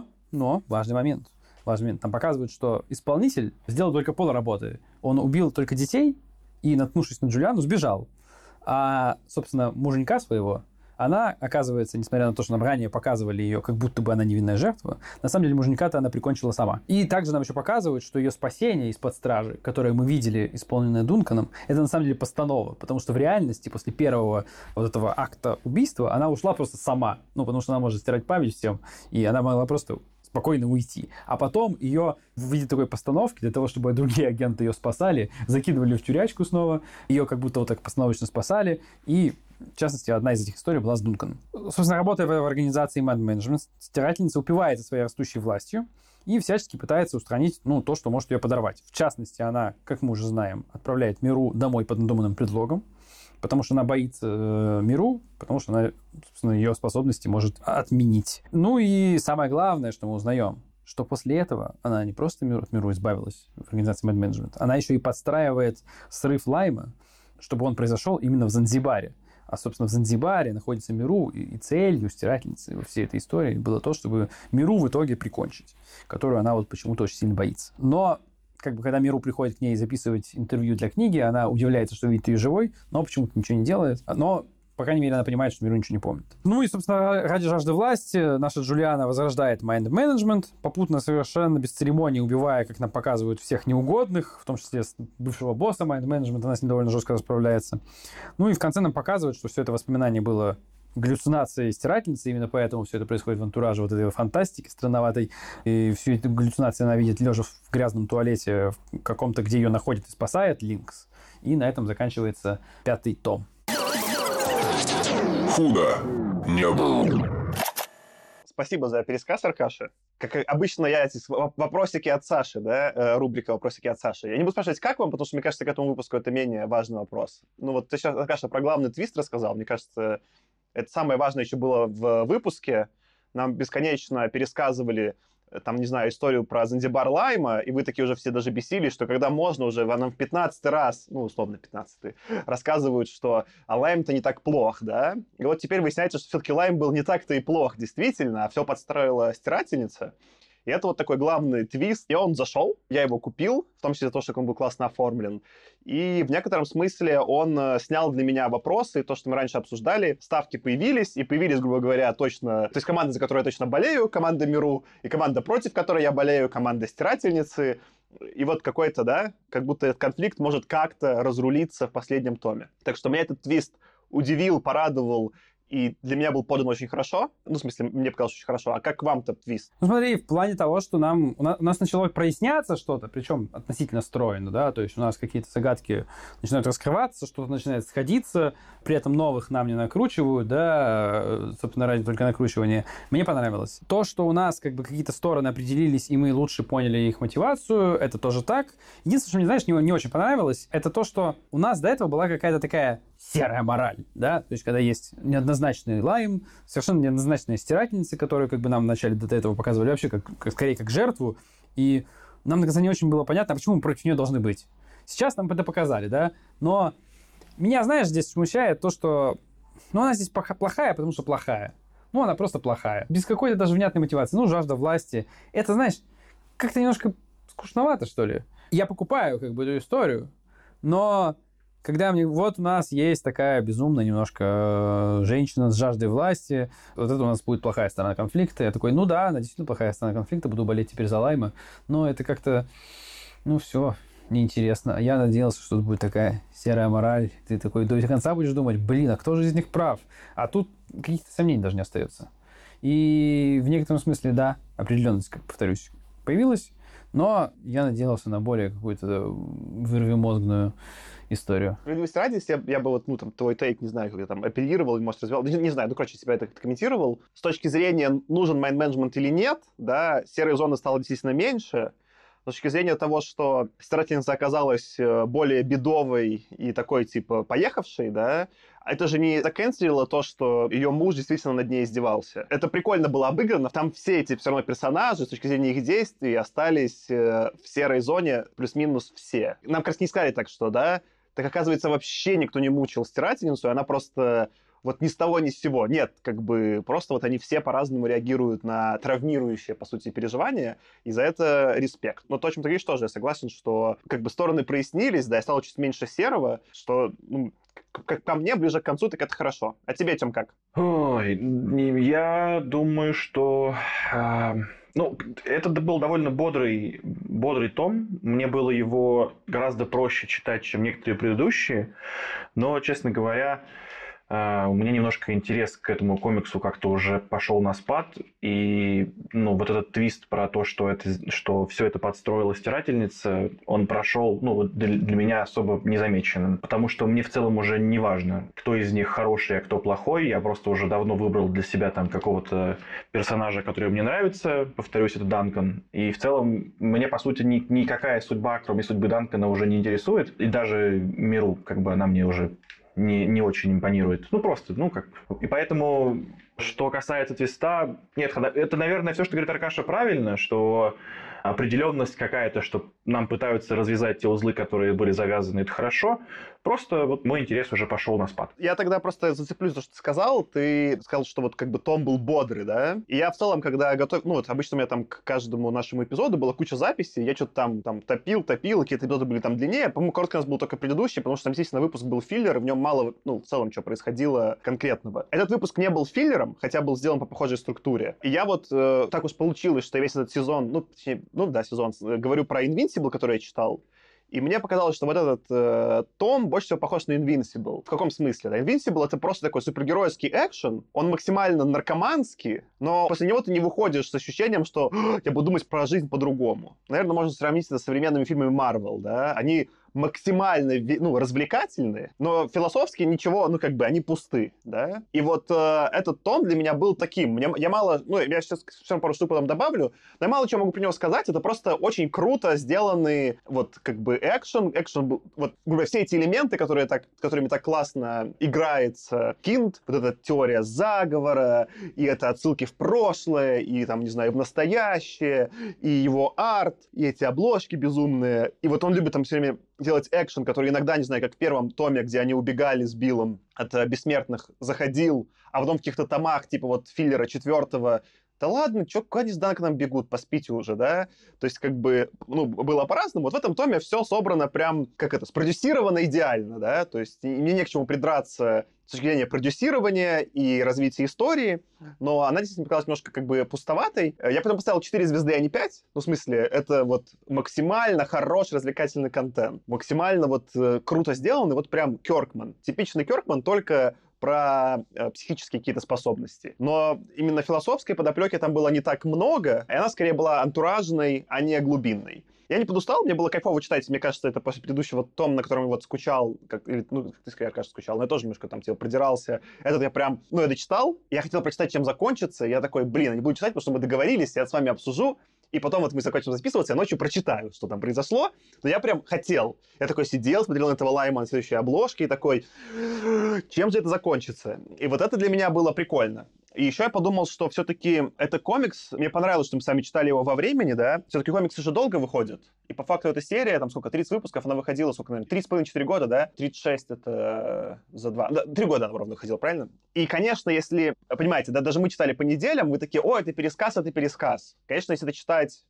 Но важный момент. Там показывают, что исполнитель сделал только полработы. Он убил только детей и, наткнувшись на Джулиану, сбежал. А, собственно, муженька своего она, оказывается, несмотря на то, что нам ранее показывали ее, как будто бы она невинная жертва, на самом деле муженька-то она прикончила сама. И также нам еще показывают, что ее спасение из-под стражи, которое мы видели, исполненное Дунканом, это на самом деле постанова, потому что в реальности после первого вот этого акта убийства она ушла просто сама, ну, потому что она может стирать память всем, и она могла просто спокойно уйти. А потом ее в виде такой постановки, для того, чтобы другие агенты ее спасали, закидывали в тюрячку снова, ее как будто вот так постановочно спасали, и в частности, одна из этих историй была с Дунканом. Собственно, работая в организации Mind Management, стирательница упивается своей растущей властью и всячески пытается устранить, ну, то, что может ее подорвать. В частности, она, как мы уже знаем, отправляет Миру домой под надуманным предлогом, потому что она боится Миру, потому что она, собственно, ее способности может отменить. Ну и самое главное, что мы узнаем, что после этого она не просто от Миру избавилась в организации Mind Management, она еще и подстраивает срыв Лайма, чтобы он произошел именно в Занзибаре. А, собственно, в Занзибаре находится Миру, и целью стирательницы во всей этой истории было то, чтобы Миру в итоге прикончить, которую она вот почему-то очень сильно боится. Но как бы, когда Миру приходит к ней записывать интервью для книги, она удивляется, что видит ее живой, но почему-то ничего не делает. Но, по крайней мере, она понимает, что Миру ничего не помнит. Ну и, собственно, ради жажды власти наша Джулиана возрождает Mind Management, попутно совершенно без церемонии убивая, как нам показывают, всех неугодных, в том числе бывшего босса Mind Management, она с ним довольно жестко расправляется. Ну и в конце нам показывают, что все это воспоминание было галлюцинации стирательницы, именно поэтому все это происходит в антураже вот этой фантастики странноватой, и всю эту галлюцинацию она видит лежа в грязном туалете в каком-то, где ее находит и спасает Линкс, и на этом заканчивается 5-й том. Худо не было. Спасибо за пересказ, Аркаша. Как обычно, я эти вопросики от Саши, да, рубрика «Вопросики от Саши». Я не буду спрашивать, как вам, потому что, мне кажется, к этому выпуску это менее важный вопрос. Ну вот ты сейчас, Аркаша, про главный твист рассказал. Мне кажется, это самое важное еще было в выпуске. Нам бесконечно пересказывали, там, не знаю, историю про Занзибар Лайма, и вы такие уже все даже бесились, что когда можно уже, нам в 15-й раз, ну, условно, 15-й, рассказывают, что Лайм-то не так плох, да? И вот теперь выясняется, что все-таки Лайм был не так-то и плох, действительно, а все подстроила стирательница. И это вот такой главный твист. И он зашел, я его купил, в том числе то, что он был классно оформлен. И в некотором смысле он снял для меня вопросы, то, что мы раньше обсуждали. Ставки появились, и появились, грубо говоря, точно... То есть команда, за которую я точно болею, команда Миру, и команда, против которой я болею, команда стирательницы. И вот какой-то, да, как будто этот конфликт может как-то разрулиться в последнем томе. Так что меня этот твист удивил, порадовал, и для меня был подан очень хорошо. Ну, в смысле, мне показалось очень хорошо. А как вам-то твист? Ну, смотри, в плане того, что у нас начало проясняться что-то, причем относительно стройно, да, то есть у нас какие-то загадки начинают раскрываться, что-то начинает сходиться, при этом новых нам не накручивают, да, собственно, ради только накручивания. Мне понравилось. То, что у нас как бы какие-то стороны определились, и мы лучше поняли их мотивацию, это тоже так. Единственное, что мне, знаешь, не очень понравилось, это то, что у нас до этого была какая-то такая серая мораль, да, то есть когда есть неоднозначный Лайм, совершенно неоднозначная стирательница, которую как бы нам вначале до этого показывали вообще скорее как жертву, и нам не очень было понятно, почему мы против нее должны быть. Сейчас нам это показали, да, но меня, знаешь, здесь смущает то, что она здесь плохая, потому что плохая. Ну, она просто плохая. Без какой-то даже внятной мотивации. Ну, жажда власти. Это, знаешь, как-то немножко скучновато, что ли. Я покупаю как бы эту историю, но когда вот у нас есть такая безумная немножко женщина с жаждой власти, вот это у нас будет плохая сторона конфликта. Я такой, ну да, она действительно плохая сторона конфликта, буду болеть теперь за Лайма, но это как-то, все, неинтересно. А я надеялся, что тут будет такая серая мораль. Ты такой до конца будешь думать, а кто же из них прав? А тут каких-то сомнений даже не остается. И в некотором смысле, да, определенность, как повторюсь, появилась, но я надеялся на более какую-то вырвимозгную историю. Справедливости ради, если я бы твой тейк, не знаю, как я там апеллировал или, может, развивал, не знаю, себя это комментировал. С точки зрения, нужен майнд-менеджмент или нет, да, серой зоны стало действительно меньше. С точки зрения того, что стирательница оказалась более бедовой и такой, типа, поехавшей, да, это же не заканцелило то, что ее муж действительно над ней издевался. Это прикольно было обыграно. Там все эти все равно персонажи, с точки зрения их действий, остались в серой зоне плюс-минус все. Нам как раз не сказали так, что, да, так оказывается, вообще никто не мучил стирательницу, и она просто вот ни с того, ни с сего. Нет, как бы просто вот они все по-разному реагируют на травмирующие, по сути, переживания, и за это респект. Но то, о чем ты говоришь, тоже я согласен, что как бы стороны прояснились, да, и стало чуть меньше серого, что, как по мне, ближе к концу, так это хорошо. А тебе, Тём, как? Ой, я думаю, что... это был довольно бодрый том. Мне было его гораздо проще читать, чем некоторые предыдущие. Но, честно говоря, у меня немножко интерес к этому комиксу как-то уже пошел на спад. И вот этот твист про то, что все это подстроила стирательница, он прошел для меня особо незамеченным. Потому что мне в целом уже не важно, кто из них хороший, а кто плохой. Я просто уже давно выбрал для себя там какого-то персонажа, который мне нравится. Повторюсь, это Данкан. И в целом мне, по сути, никакая судьба, кроме судьбы Данкана, уже не интересует. И даже Миру, как бы она мне уже не очень импонирует. И поэтому, что касается твиста, нет, это, наверное, все, что говорит Аркаша, правильно, что определенность какая-то, что нам пытаются развязать те узлы, которые были завязаны, это хорошо. Просто мой интерес уже пошел на спад. Я тогда просто зацеплюсь за что ты сказал. Ты сказал, что Том был бодрый, да? И я в целом, когда готовил... обычно у меня там к каждому нашему эпизоду была куча записей, я что-то там топил, какие-то эпизоды были там длиннее. По-моему, короткий у нас был только предыдущий, потому что там, естественно, выпуск был филлер, и в нем мало, в целом, что происходило конкретного. Этот выпуск не был филлером, хотя был сделан по похожей структуре. И я так уж получилось, что весь этот сезон, сезон, говорю про Invincible, который я читал, и мне показалось, что вот этот том больше всего похож на Invincible. В каком смысле? Да? Invincible — это просто такой супергеройский экшен. Он максимально наркоманский, но после него ты не выходишь с ощущением, что я буду думать про жизнь по-другому. Наверное, можно сравнить это с современными фильмами Marvel. Да? Они максимально развлекательные, но философски ничего, они пусты, да? И этот том для меня был таким. Я мало... я сейчас все пару штук потом добавлю, но я мало чего могу про него сказать. Это просто очень круто сделанный экшен. Экшен был... все эти элементы, которыми так классно играется Кинд, эта теория заговора, и это отсылки в прошлое, и в настоящее, и его арт, и эти обложки безумные. И он любит там все время делать экшен, который иногда, не знаю, как в первом томе, где они убегали с Биллом от бессмертных, заходил, а потом в каких-то томах, типа филлера 4-го, да ладно, куда они с Данканом бегут, поспите уже, да? То есть, было по-разному. В этом томе все собрано прям, спродюсировано идеально, да? То есть, мне не к чему придраться с точки зрения продюсирования и развития истории, но она действительно показалась немножко пустоватой. Я потом поставил 4 звезды, а не 5. В смысле, это максимально хороший развлекательный контент. Максимально круто сделанный, прям Кёркман. Типичный Кёркман, только про психические какие-то способности. Но именно философской подоплеки там было не так много, и она скорее была антуражной, а не глубинной. Я не подустал, мне было кайфово читать. Мне кажется, это после предыдущего тома, на котором я скучал, как ты скорее, кажется, скучал, но я тоже немножко там продирался. Этот я прям, я дочитал, я хотел прочитать, чем закончится, я такой, я не буду читать, потому что мы договорились, я с вами обсужу, и потом мы закончим записываться, я ночью прочитаю, что там произошло. Но я прям хотел. Я такой сидел, смотрел на этого Лайма на следующей обложке и такой, чем же это закончится? И это для меня было прикольно. И еще я подумал, что все-таки это комикс, мне понравилось, что мы сами читали его во времени, да, все-таки комиксы же долго выходят. И по факту эта серия, 30 выпусков, она выходила, 3,5-4 года, да? 36 это за 2... 3 года она ровно выходила, правильно? И, конечно, если, понимаете, даже мы читали по неделям, вы такие, это пересказ. Конечно, если это читать,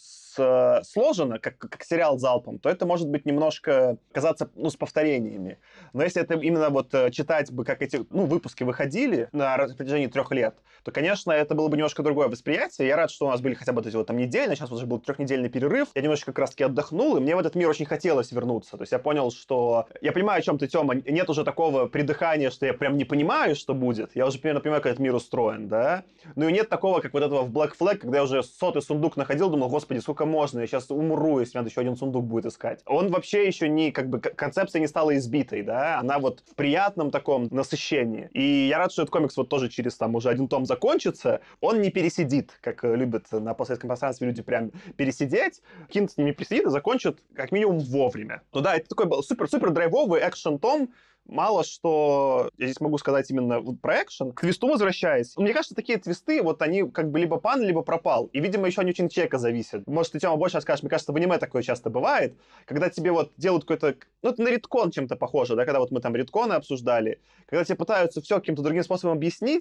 сложено, как сериал залпом, то это может быть немножко казаться, с повторениями. Но если это именно читать бы, как эти, выпуски выходили на протяжении 3 лет, то, конечно, это было бы немножко другое восприятие. Я рад, что у нас были хотя бы эти недельные, сейчас уже был 3-недельный перерыв. Я немножко как раз-таки отдохнул, и мне в этот мир очень хотелось вернуться. То есть я понял, что... Я понимаю, о чем ты, Тёма. Нет уже такого придыхания, что я прям не понимаю, что будет. Я уже примерно понимаю, как этот мир устроен, да? Ну и нет такого, как этого в Black Flag, когда я уже 100-й сундук находил, думал, господи, сколько можно, я сейчас умру, если надо еще один сундук будет искать. Он вообще еще не, концепция не стала избитой, да? Она в приятном таком насыщении. И я рад, что этот комикс тоже через уже один том закончится. Он не пересидит, как любят на постсоветском пространстве люди прям пересидеть. Кинд с ними пересидит и закончит как минимум вовремя. Ну да, это такой был супер драйвовый экшен-том. Мало что я здесь могу сказать именно про экшен. К твисту возвращаясь. Мне кажется, такие твисты, они либо пан, либо пропал. И, видимо, еще они очень от человека зависят. Может, ты, Тёма, больше расскажешь. Мне кажется, в аниме такое часто бывает. Когда тебе делают какой-то... это на риткон чем-то похоже, да? Когда мы там ритконы обсуждали. Когда тебе пытаются все каким-то другим способом объяснить,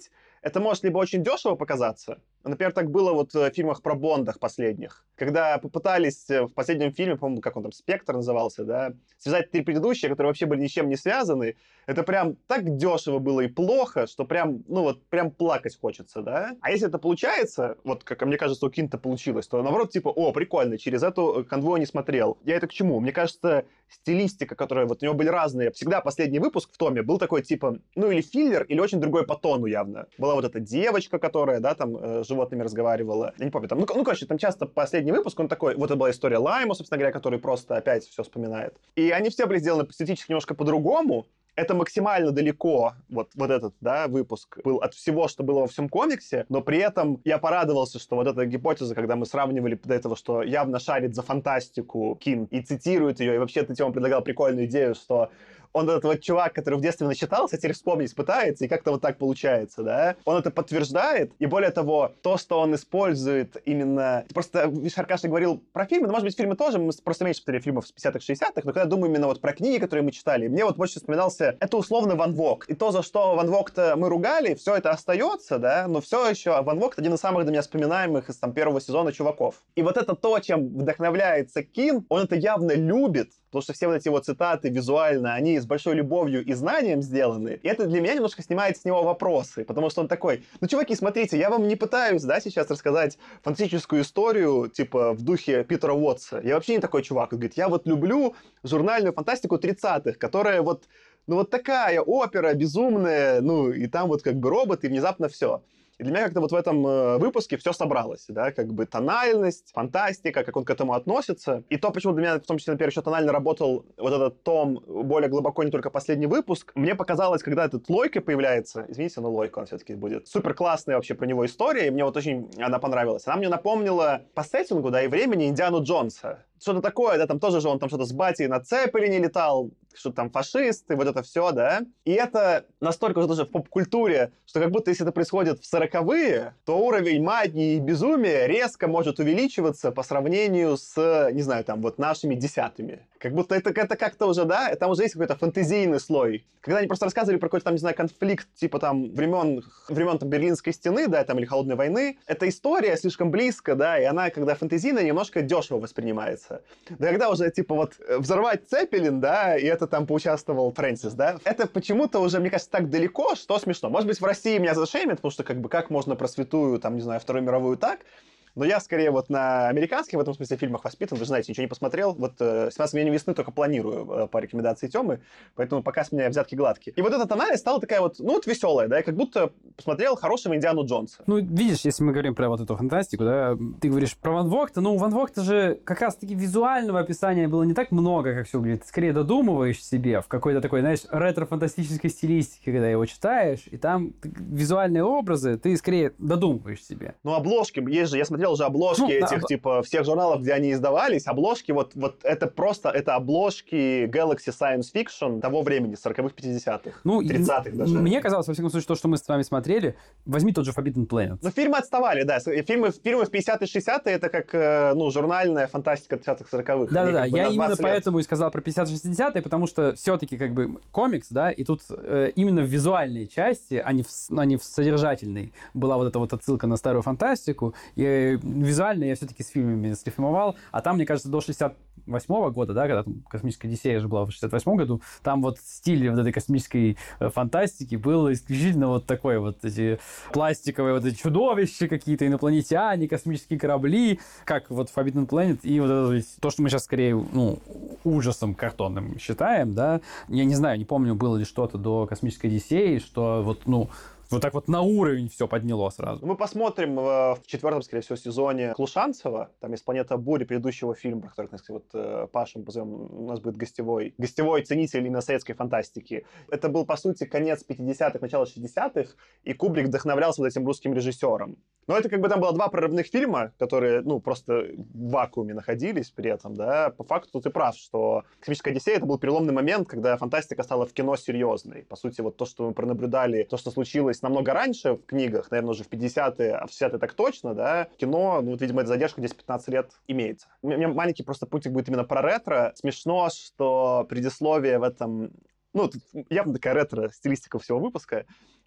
это может либо очень дешево показаться, например, так было вот в фильмах про Бондах последних, когда попытались в последнем фильме, по-моему, как он там, «Спектр» назывался, да, связать 3 предыдущие, которые вообще были ничем не связаны. Это прям так дешево было и плохо, что прям, ну вот, прям плакать хочется, да. А если это получается, вот как мне кажется, у Кинта получилось, то наоборот, типа, о, прикольно, через эту канву я не смотрел. Я это к чему? Мне кажется, стилистика, которая, вот у него были разные, всегда последний выпуск в томе был такой, типа, ну или филлер, или очень другой по тону явно. Была вот эта девочка, которая, да, там, с животными разговаривала. Я не помню, там, ну, короче, там часто последний выпуск, он такой, вот это была история Лайма, собственно говоря, который просто опять все вспоминает. И они все были сделаны эстетически немножко по-другому. Это максимально далеко, вот этот, да, выпуск был от всего, что было во всем комиксе, но при этом я порадовался, что вот эта гипотеза, когда мы сравнивали до этого, что явно шарит за фантастику Кинг и цитирует ее, и вообще эта тема предлагал прикольную идею, что он этот вот чувак, который в детстве начитался, теперь вспомнить пытается, и как-то вот так получается, да? Он это подтверждает, и более того, то, что он использует именно... Просто, видишь, Аркаша говорил про фильмы, но, может быть, фильмы тоже, мы просто меньше смотрели фильмов с 50-х, 60-х, но когда думаю именно вот про книги, которые мы читали, мне вот больше вспоминался, это условно Ван Вог. И то, за что Ван Вог-то мы ругали, все это остается, да? Но все еще Ван Вог — один из самых для меня вспоминаемых из там первого сезона чуваков. И вот это то, чем вдохновляется Кинг, он это явно любит, потому что все вот эти вот цитаты визуально, они с большой любовью и знанием сделаны. И это для меня немножко снимает с него вопросы, потому что он такой, ну, чуваки, смотрите, я вам не пытаюсь, да, сейчас рассказать фантастическую историю, типа, в духе Питера Уотса. Я вообще не такой чувак. Он говорит, я вот люблю журнальную фантастику 30-х, которая вот, ну, вот такая опера безумная, ну, и там вот как бы робот, и внезапно все. И для меня как-то вот в этом выпуске все собралось, да, как бы тональность, фантастика, как он к этому относится. И то, почему для меня, в том числе, например, еще тонально работал вот этот том более глубоко, не только последний выпуск, мне показалось, когда этот Лойка появляется, извините, но Лойка он все-таки будет, супер классная вообще про него история, и мне вот очень она понравилась. Она мне напомнила по сеттингу, да, и времени Индиану Джонса. Что-то такое, да, там тоже же он там что-то с батей на Цеппелине летал, что-то там фашисты, вот это все, да. И это настолько уже тоже в поп-культуре, что как будто если это происходит в 40-е, то уровень магии и безумия резко может увеличиваться по сравнению с, не знаю, там вот нашими десятыми. Как будто это как-то уже, да, там уже есть какой-то фэнтезийный слой. Когда они просто рассказывали про какой-то там, не знаю, конфликт, типа там времен там Берлинской стены, да, там или Холодной войны, эта история слишком близко, да, и она, когда фэнтезийная, немножко дешево воспринимается. Да когда уже, типа, вот взорвать Цеппелин, да, и это там поучаствовал Фрэнсис, да, это почему-то уже, мне кажется, так далеко, что смешно. Может быть, в России меня зашеймят, потому что, как бы, как можно про святую, там, не знаю, Вторую мировую так, но я скорее вот на американских, в этом смысле, фильмах воспитан. Вы же знаете, ничего не посмотрел. Вот «17 мгновений весны» только планирую по рекомендации Тёмы, поэтому пока с меня взятки гладкие. И вот этот анализ стала такая вот, ну вот веселая, да, я как будто посмотрел хорошего Индиану Джонса. Ну, видишь, если мы говорим про вот эту фантастику, да, ты говоришь про Ван Вогта, ну, у Ван Вогта же как раз-таки визуального описания было не так много, как все выглядит. Ты скорее додумываешь себе в какой-то такой, знаешь, ретро-фантастической стилистике, когда его читаешь, и там визуальные образы ты скорее додумываешь себе. Ну, обложки, есть же, я смотрел уже обложки этих, типа, всех журналов, где они издавались, обложки, вот это просто, это обложки Galaxy Science Fiction того времени, 40-х, 50-х, ну, 30-х даже. Мне казалось, во всяком случае, то, что мы с вами смотрели, возьми тот же Forbidden Planet. Ну, фильмы отставали, да. Фильмы в 50-е, 60-е, это как, ну, журнальная фантастика 30-х, 40-х. Да-да-да, я именно поэтому и сказал про 50-60-е, потому что все-таки, как бы, комикс, да, и тут именно в визуальной части, а не в содержательной, была вот эта вот отсылка на старую фантастику, и визуально я все-таки с фильмами срифмовал, а там, мне кажется, до 68-го года, да, когда там «Космическая Одиссея» же была в 68-м году, там вот стиль вот этой космической фантастики был исключительно вот такой вот, эти пластиковые вот эти чудовища какие-то, инопланетяне, космические корабли, как вот Forbidden Planet, и вот это, то, что мы сейчас скорее, ну, ужасом картонным считаем, да, я не знаю, не помню, было ли что-то до «Космической Одиссеи», что вот, ну, вот так вот на уровень все подняло сразу. Мы посмотрим в 4-м, скорее всего, сезоне Клушанцева. Там есть «Планета бури», предыдущего фильма, про который, кстати, вот Паша мы позовем, у нас будет гостевой ценитель именно советской фантастики. Это был, по сути, конец 50-х, начало 60-х, и Кубрик вдохновлялся вот этим русским режиссером. Но это как бы там было 2 прорывных фильма, которые, ну, просто в вакууме находились при этом, да. По факту ты прав, что «Космическая Одиссея» — это был переломный момент, когда фантастика стала в кино серьезной. По сути, вот то, что мы пронаблюдали, то, что случилось намного раньше в книгах, наверное, уже в 50-е, а в 60-е так точно, да, кино, ну, вот, видимо, эта задержка 10-15 лет имеется. У меня маленький просто пунктик будет именно про ретро. Смешно, что предисловие в этом... Ну, тут явно такая ретро-стилистика всего выпуска.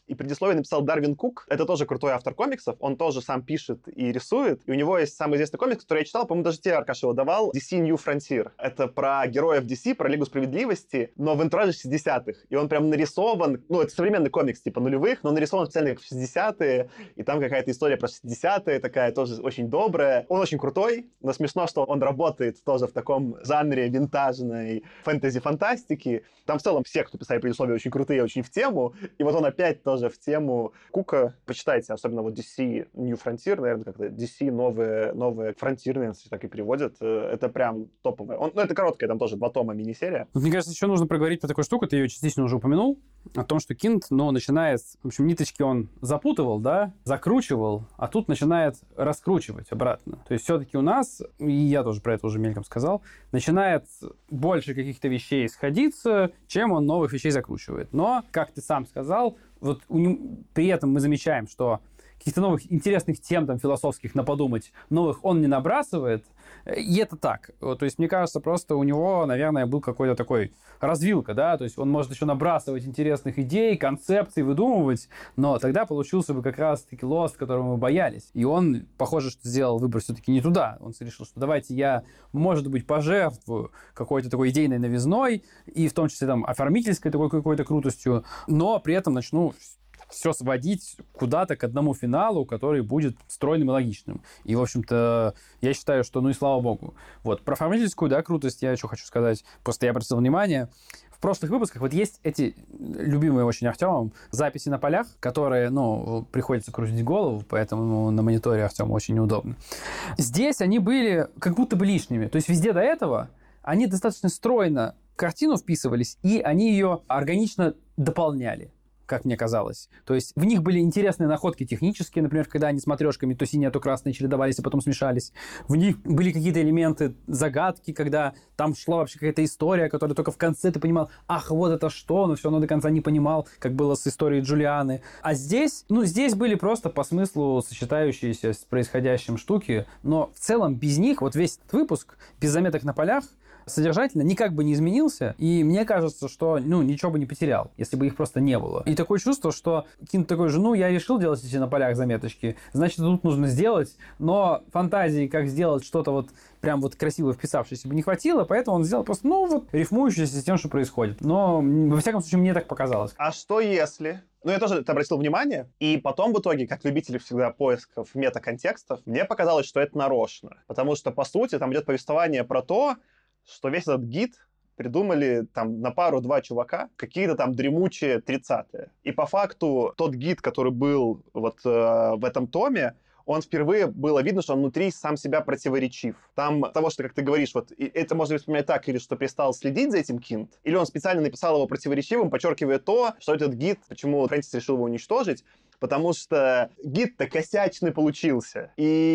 И предисловие написал Дарвин Кук. Это тоже крутой автор комиксов. Он тоже сам пишет и рисует. И у него есть самый известный комикс, который я читал, по-моему, даже тебе, Аркаш, его давал. DC New Frontier. Это про героев DC, про Лигу Справедливости, но в антураже 60-х. И он прям нарисован... Ну, это современный комикс типа нулевых, но он нарисован специально как в 60-е. И там какая-то история про 60-е, такая тоже очень добрая. Он очень крутой, но смешно, что он работает тоже в таком жанре винтажной фэнтези-фантастики. Там в целом все, кто писали предисловие, очень крутые, очень в тему. И вот он опять тоже в тему Кука. Почитайте, особенно вот DC New Frontier, наверное, как-то DC новые Frontier, наверное, так и переводят. Это прям топовое. Ну, это короткая, там тоже 2 тома мини-серия. Мне кажется, еще нужно проговорить про такую штуку, ты ее частично уже упомянул, о том, что Кинт, начинает, в общем, ниточки он запутывал, да, закручивал, а тут начинает раскручивать обратно. То есть все-таки у нас, и я тоже про это уже мельком сказал, начинает больше каких-то вещей сходиться, чем он новых вещей закручивает. Но, как ты сам сказал, вот при этом мы замечаем, что каких-то новых интересных тем там, философских на подумать, новых он не набрасывает, и это так. То есть, мне кажется, просто у него, наверное, был какой-то такой развилка, да, то есть он может еще набрасывать интересных идей, концепций, выдумывать, но тогда получился бы как раз-таки Lost, которого мы боялись. И он, похоже, что сделал выбор все-таки не туда. Он решил, что давайте я, может быть, пожертвую какой-то такой идейной новизной, и в том числе там оформительской такой какой-то крутостью, но при этом начну все сводить куда-то к одному финалу, который будет стройным и логичным. И, в общем-то, я считаю, что, и слава богу. Вот, про оформительскую, да, крутость я еще хочу сказать. Просто я обратил внимание, в прошлых выпусках вот есть эти любимые очень Артемом записи на полях, которые, приходится крутить голову, поэтому на мониторе Артему очень неудобно. Здесь они были как будто бы лишними. То есть везде до этого они достаточно стройно в картину вписывались, и они ее органично дополняли, как мне казалось. То есть в них были интересные находки технические, например, когда они смотрешками то синие, то красные чередовались, а потом смешались. В них были какие-то элементы загадки, когда там шла вообще какая-то история, которая только в конце ты понимал, ах, вот это что, но все равно до конца не понимал, как было с историей Джулианы. А здесь, здесь были просто по смыслу сочетающиеся с происходящим штуки, но в целом без них, вот весь этот выпуск, без заметок на полях, содержательно никак бы не изменился, и мне кажется, что, ничего бы не потерял, если бы их просто не было. И такое чувство, что Кинт такой же, я решил делать эти на полях заметочки, значит, тут нужно сделать, но фантазии, как сделать что-то вот прям вот красиво вписавшееся бы не хватило, поэтому он сделал просто, рифмующееся с тем, что происходит. Но, во всяком случае, мне так показалось. А что если... я тоже это обратил внимание, и потом в итоге, как любитель всегда поисков метаконтекстов, мне показалось, что это нарочно, потому что, по сути, там идет повествование про то, что весь этот гид придумали там на пару-два чувака, какие-то там дремучие 30-е. И по факту тот гид, который был вот в этом томе, он впервые было видно, что он внутри сам себя противоречив. Там того, что, как ты говоришь, вот это можно воспринимать так, или что перестал следить за этим Кинт, или он специально написал его противоречивым, подчеркивая то, что этот гид, почему Фрэнсис решил его уничтожить, потому что гид-то косячный получился.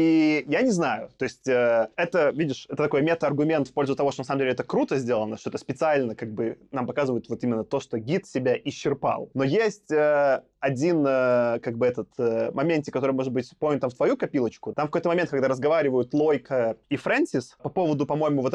И я не знаю. То есть это, видишь, это такой мета-аргумент в пользу того, что на самом деле это круто сделано, что это специально как бы нам показывает вот именно то, что гид себя исчерпал. Но есть один как бы этот моментик, который может быть поинтом в твою копилочку. Там в какой-то момент, когда разговаривают Лойка и Фрэнсис по поводу, по-моему, вот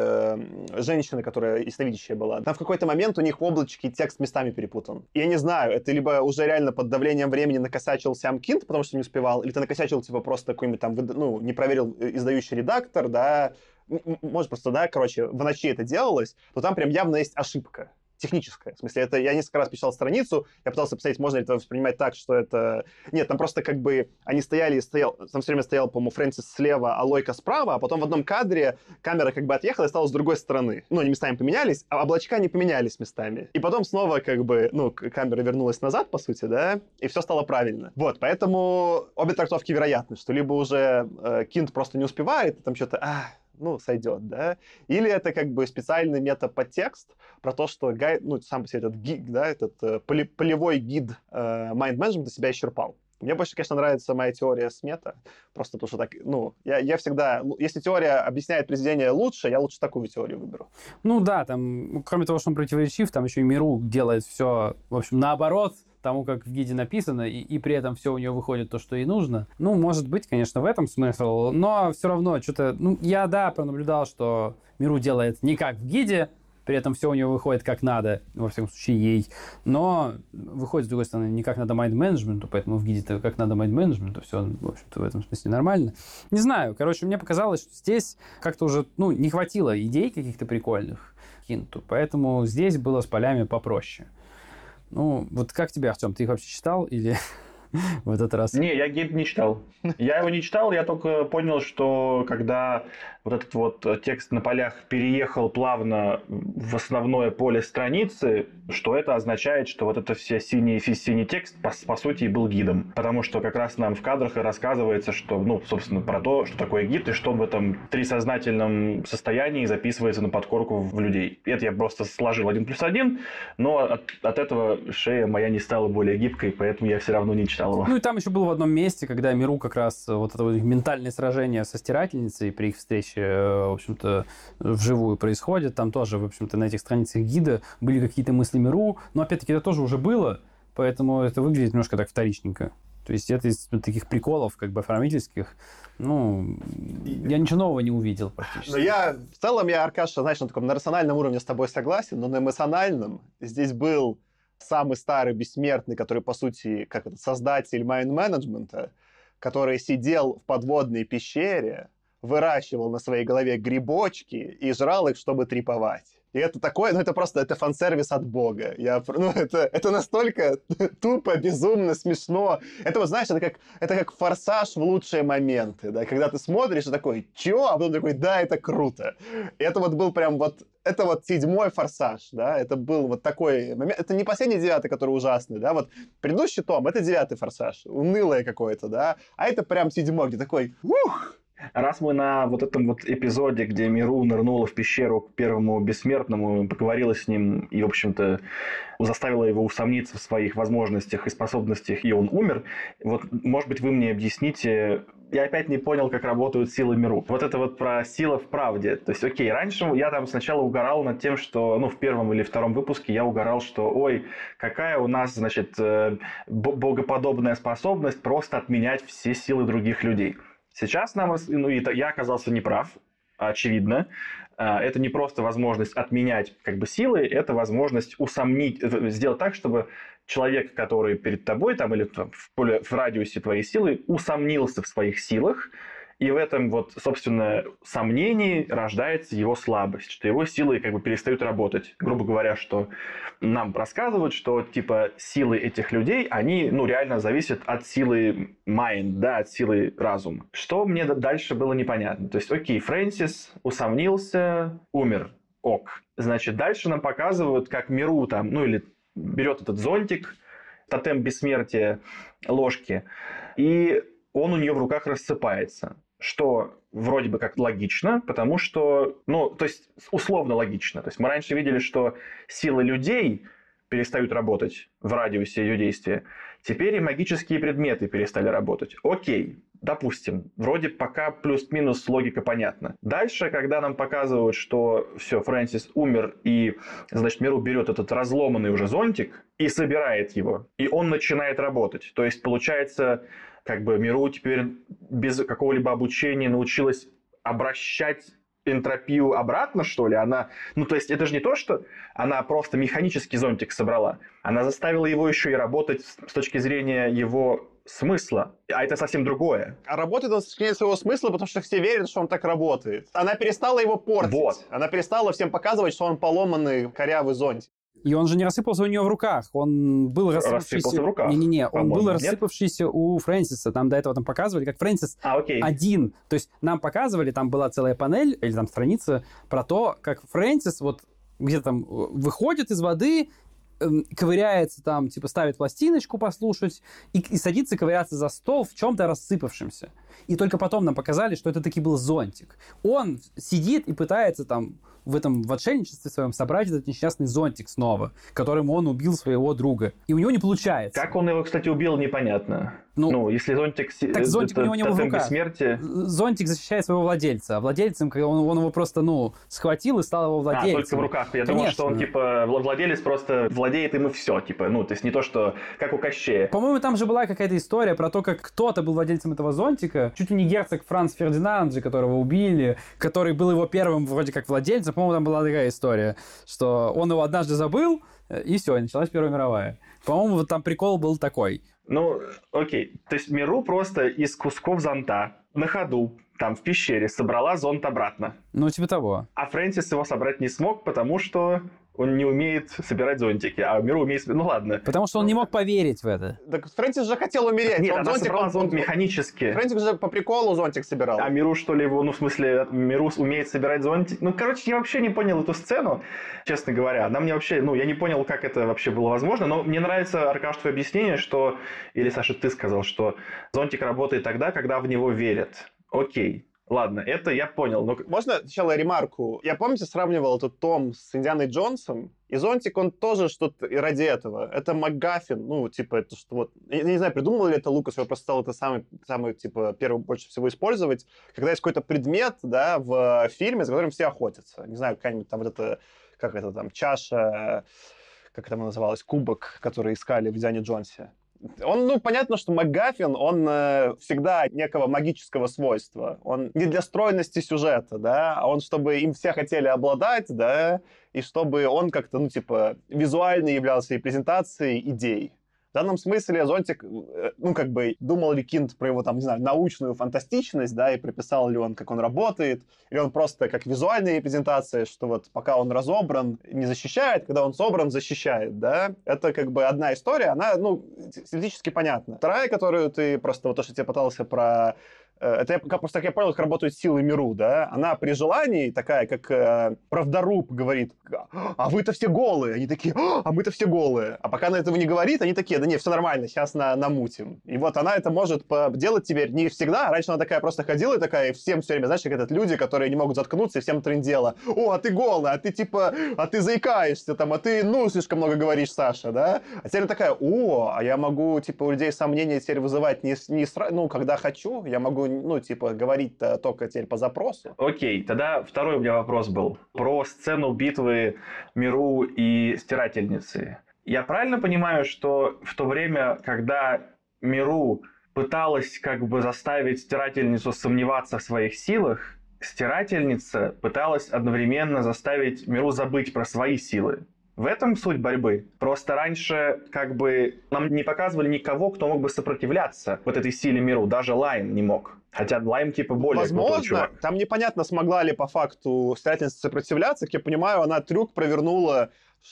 этой женщины, которая ясновидящая была, там в какой-то момент у них в облачке текст местами перепутан. И я не знаю, это либо уже реально под давлением времени накосячил сам Кинт, потому что не успевал, или ты накосячил, типа, просто какой-нибудь там, не проверил издающий редактор, да, может, просто, да, в ночи это делалось, то там прям явно есть ошибка техническая. В смысле, это я несколько раз писал страницу, я пытался посмотреть, можно ли это воспринимать так, что это... Нет, там просто как бы они там все время стоял, по-моему, Фрэнсис слева, а Лойка справа, а потом в одном кадре камера как бы отъехала и стала с другой стороны. Они местами поменялись, а облачка не поменялись местами. И потом снова как бы, камера вернулась назад, по сути, да, и все стало правильно. Вот, поэтому обе трактовки вероятны, что либо уже Кинт просто не успевает, и там что-то... сойдет, да? Или это как бы специальный мета-подтекст про то, что сам по себе этот гид, да, этот полевой гид майнд-менеджмента себя исчерпал. Мне больше, конечно, нравится моя теория с мета, просто потому что так, я всегда, если теория объясняет произведение лучше, я лучше такую теорию выберу. Да, там, кроме того, что он противоречив, там еще и Миру делает все, в общем, наоборот тому, как в гиде написано, и при этом все у нее выходит то, что ей нужно. Может быть, конечно, в этом смысл, но все равно что-то... я, да, пронаблюдал, что Миру делает не как в гиде, при этом все у него выходит как надо, во всяком случае, ей, но выходит, с другой стороны, не как надо майнд-менеджменту, поэтому в гиде-то как надо майнд-менеджменту, все, в общем-то, в этом смысле нормально. Не знаю, короче, мне показалось, что здесь как-то уже, не хватило идей каких-то прикольных Кинту, поэтому здесь было с полями попроще. Вот как тебе, Артем, ты их вообще читал или в этот раз? Не, я гид не читал. Я его не читал, я только понял, что когда вот этот вот текст на полях переехал плавно в основное поле страницы, что это означает, что вот это все синий текст по сути и был гидом. Потому что как раз нам в кадрах и рассказывается, что, собственно, про то, что такое гид, и что в этом трисознательном состоянии записывается на подкорку в людей. Это я просто сложил 1+1, но от этого шея моя не стала более гибкой, поэтому я все равно не читал его. И там еще было в одном месте, когда Миру как раз вот это вот ментальное сражение со стирательницей при их встрече, в общем-то, вживую происходит. Там тоже, в общем-то, на этих страницах гида были какие-то мысли Миру, но опять-таки это тоже уже было, поэтому это выглядит немножко так вторичненько. То есть это из таких приколов, как бы оформительских, я ничего нового не увидел практически. В целом, Аркаша, знаешь, на таком рациональном уровне с тобой согласен, но на эмоциональном здесь был самый старый бессмертный, который, по сути, создатель майнд-менеджмента, который сидел в подводной пещере, выращивал на своей голове грибочки и жрал их, чтобы триповать. И это такое, это фан-сервис от бога. Это настолько тупо, безумно, смешно. Это, вот знаешь, это как «Форсаж» в лучшие моменты, да, когда ты смотришь и такой, чё? А потом такой, да, это круто. И это вот был прям это 7-й «Форсаж», да, это был вот такой момент. Это не последний 9-й, который ужасный, да, вот предыдущий том, это 9-й «Форсаж», унылое какое-то, да, а это прям 7-й, где такой, ух! Раз мы на вот этом вот эпизоде, где Миру нырнула в пещеру к первому бессмертному, поговорила с ним и, в общем-то, заставила его усомниться в своих возможностях и способностях, и он умер, вот, может быть, вы мне объясните... Я опять не понял, как работают силы Миру. Вот это вот про сила в правде. То есть, окей, раньше я там сначала угорал над тем, что, в первом или втором выпуске я угорал, что, ой, какая у нас, значит, богоподобная способность просто отменять все силы других людей. Сейчас я оказался неправ, очевидно. Это не просто возможность отменять силы, это возможность сделать так, чтобы человек, который перед тобой или в радиусе твоей силы, усомнился в своих силах, и в этом собственно, сомнении рождается его слабость, что его силы перестают работать. Грубо говоря, что нам рассказывают, что силы этих людей, они реально зависят от силы mind, да, от силы разума. Что мне дальше было непонятно. То есть, окей, Фрэнсис усомнился, умер, ок. Значит, дальше нам показывают, как Миру или берет этот зонтик, тотем бессмертия, ложки, и он у нее в руках рассыпается. Что вроде бы как логично, потому что, то есть условно логично. То есть мы раньше видели, что силы людей перестают работать в радиусе ее действия. Теперь и магические предметы перестали работать. Окей, допустим, вроде пока плюс-минус логика понятна. Дальше, когда нам показывают, что все, Фрэнсис умер, и, значит, Миру берет этот разломанный уже зонтик и собирает его, и он начинает работать. То есть, получается, Миру теперь без какого-либо обучения научилась обращать энтропию обратно, что ли? Она, то есть, это же не то, что она просто механический зонтик собрала. Она заставила его еще и работать с точки зрения его смысла. А это совсем другое. А работает он с точки зрения своего смысла, потому что все верят, что он так работает. Она перестала его портить. Вот. Она перестала всем показывать, что он поломанный, корявый зонтик. И он же не рассыпался у нее в руках. Он был рассыпавшийся... в руках. Не-не-не, он был рассыпавшийся у Фрэнсиса. Там до этого показывали, как Фрэнсис один. То есть нам показывали, там была целая панель, или там страница, про то, как Фрэнсис где-то там выходит из воды, ковыряется там, ставит пластиночку послушать и садится ковыряться за стол в чем-то рассыпавшемся. И только потом нам показали, что это таки был зонтик. Он сидит и пытается в отшельничестве своем собрать этот несчастный зонтик снова, которым он убил своего друга. И у него не получается. Как он его, кстати, убил, непонятно. Ну, если зонтик... Так зонтик у него не в руках. Бессмертия... Зонтик защищает своего владельца, а владельцем он его просто, схватил и стал его владельцем. Только в руках. Я думал, что он, типа, владелец просто владеет им и все, типа, ну, то есть не то, что как у Кощея. По-моему, там же была какая-то история про то, как кто-то был владельцем этого зонтика, чуть ли не герцог Франц Фердинанд же, которого убили, который был его первым вроде как владельцем. По-моему, там была такая история, что он его однажды забыл, и все, и началась Первая мировая. По-моему, вот там прикол был такой. Ну, окей. То есть Миру просто из кусков зонта на ходу, там, в пещере, собрала зонт обратно. Ну, типа того. А Фрэнсис его собрать не смог, потому что он не умеет собирать зонтики, а Миру умеет... Ну, ладно. Потому что он не мог поверить в это. Так Фрэнсис же хотел умереть. Нет, она собрала зонт механически. Фрэнсис же по приколу зонтик собирал. А Миру, что ли, его... Ну, в смысле, Миру умеет собирать зонтик? Ну, короче, я вообще не понял эту сцену, честно говоря. Она мне вообще... Ну, я не понял, как это вообще было возможно, но мне нравится, Аркаш, твое объяснение, что... Или, Саша, ты сказал, что зонтик работает тогда, когда в него верят. Окей. Ладно, это я понял. Но... Можно сначала ремарку? Я, помните, сравнивал этот том с Индианой Джонсом, и зонтик, он тоже что-то ради этого. Это МакГаффин, ну, типа, это что вот... Я не знаю, придумал ли это Лукас, я просто стал это самый, типа, первый больше всего использовать, когда есть какой-то предмет, да, в фильме, за которым все охотятся. Не знаю, какая-нибудь там вот это, как это там, чаша, как это называлось, кубок, который искали в Индиане Джонсе. Он, ну, понятно, что МакГаффин, он всегда некого магического свойства. Он не для стройности сюжета, да, а он, чтобы им все хотели обладать, да, и чтобы он как-то, ну, типа, визуально являлся репрезентацией идей. В данном смысле зонтик, ну, как бы, думал ли Кинт про его, там, не знаю, научную фантастичность, да, и прописал ли он, как он работает, или он просто как визуальная репрезентация, что вот пока он разобран, не защищает, когда он собран, защищает, да. Это, как бы, одна история, она, ну, стилистически понятна. Вторая, которую ты просто, вот то, что тебе пытался про... Это я просто, как я понял, как работают силы Миру, да? Она при желании такая, как правдоруб говорит, а вы-то все голые. Они такие, а мы-то все голые. А пока она этого не говорит, они такие, да не, все нормально, сейчас намутим. И вот она это может делать теперь не всегда. Раньше она такая просто ходила и такая, и всем все время, знаешь, как этот люди, которые не могут заткнуться, и всем трындела. О, а ты голая, а ты типа, а ты заикаешься там, а ты, ну, слишком много говоришь, Саша, да? А теперь такая, а я могу, типа, у людей сомнения теперь вызывать ну, когда хочу, я могу, ну, типа, говорить-то только теперь по запросу. Окей, тогда второй у меня вопрос был про сцену битвы Миру и Стирательницы. Я правильно понимаю, что в то время, когда Миру пыталась как бы заставить Стирательницу сомневаться в своих силах, Стирательница пыталась одновременно заставить Миру забыть про свои силы? В этом суть борьбы. Просто раньше как бы нам не показывали никого, кто мог бы сопротивляться вот этой силе Миру. Даже Лайм не мог. Хотя Лайм типа более крутой чувак. Возможно, там непонятно, смогла ли по факту Стирательница сопротивляться. Как я понимаю, она трюк провернула,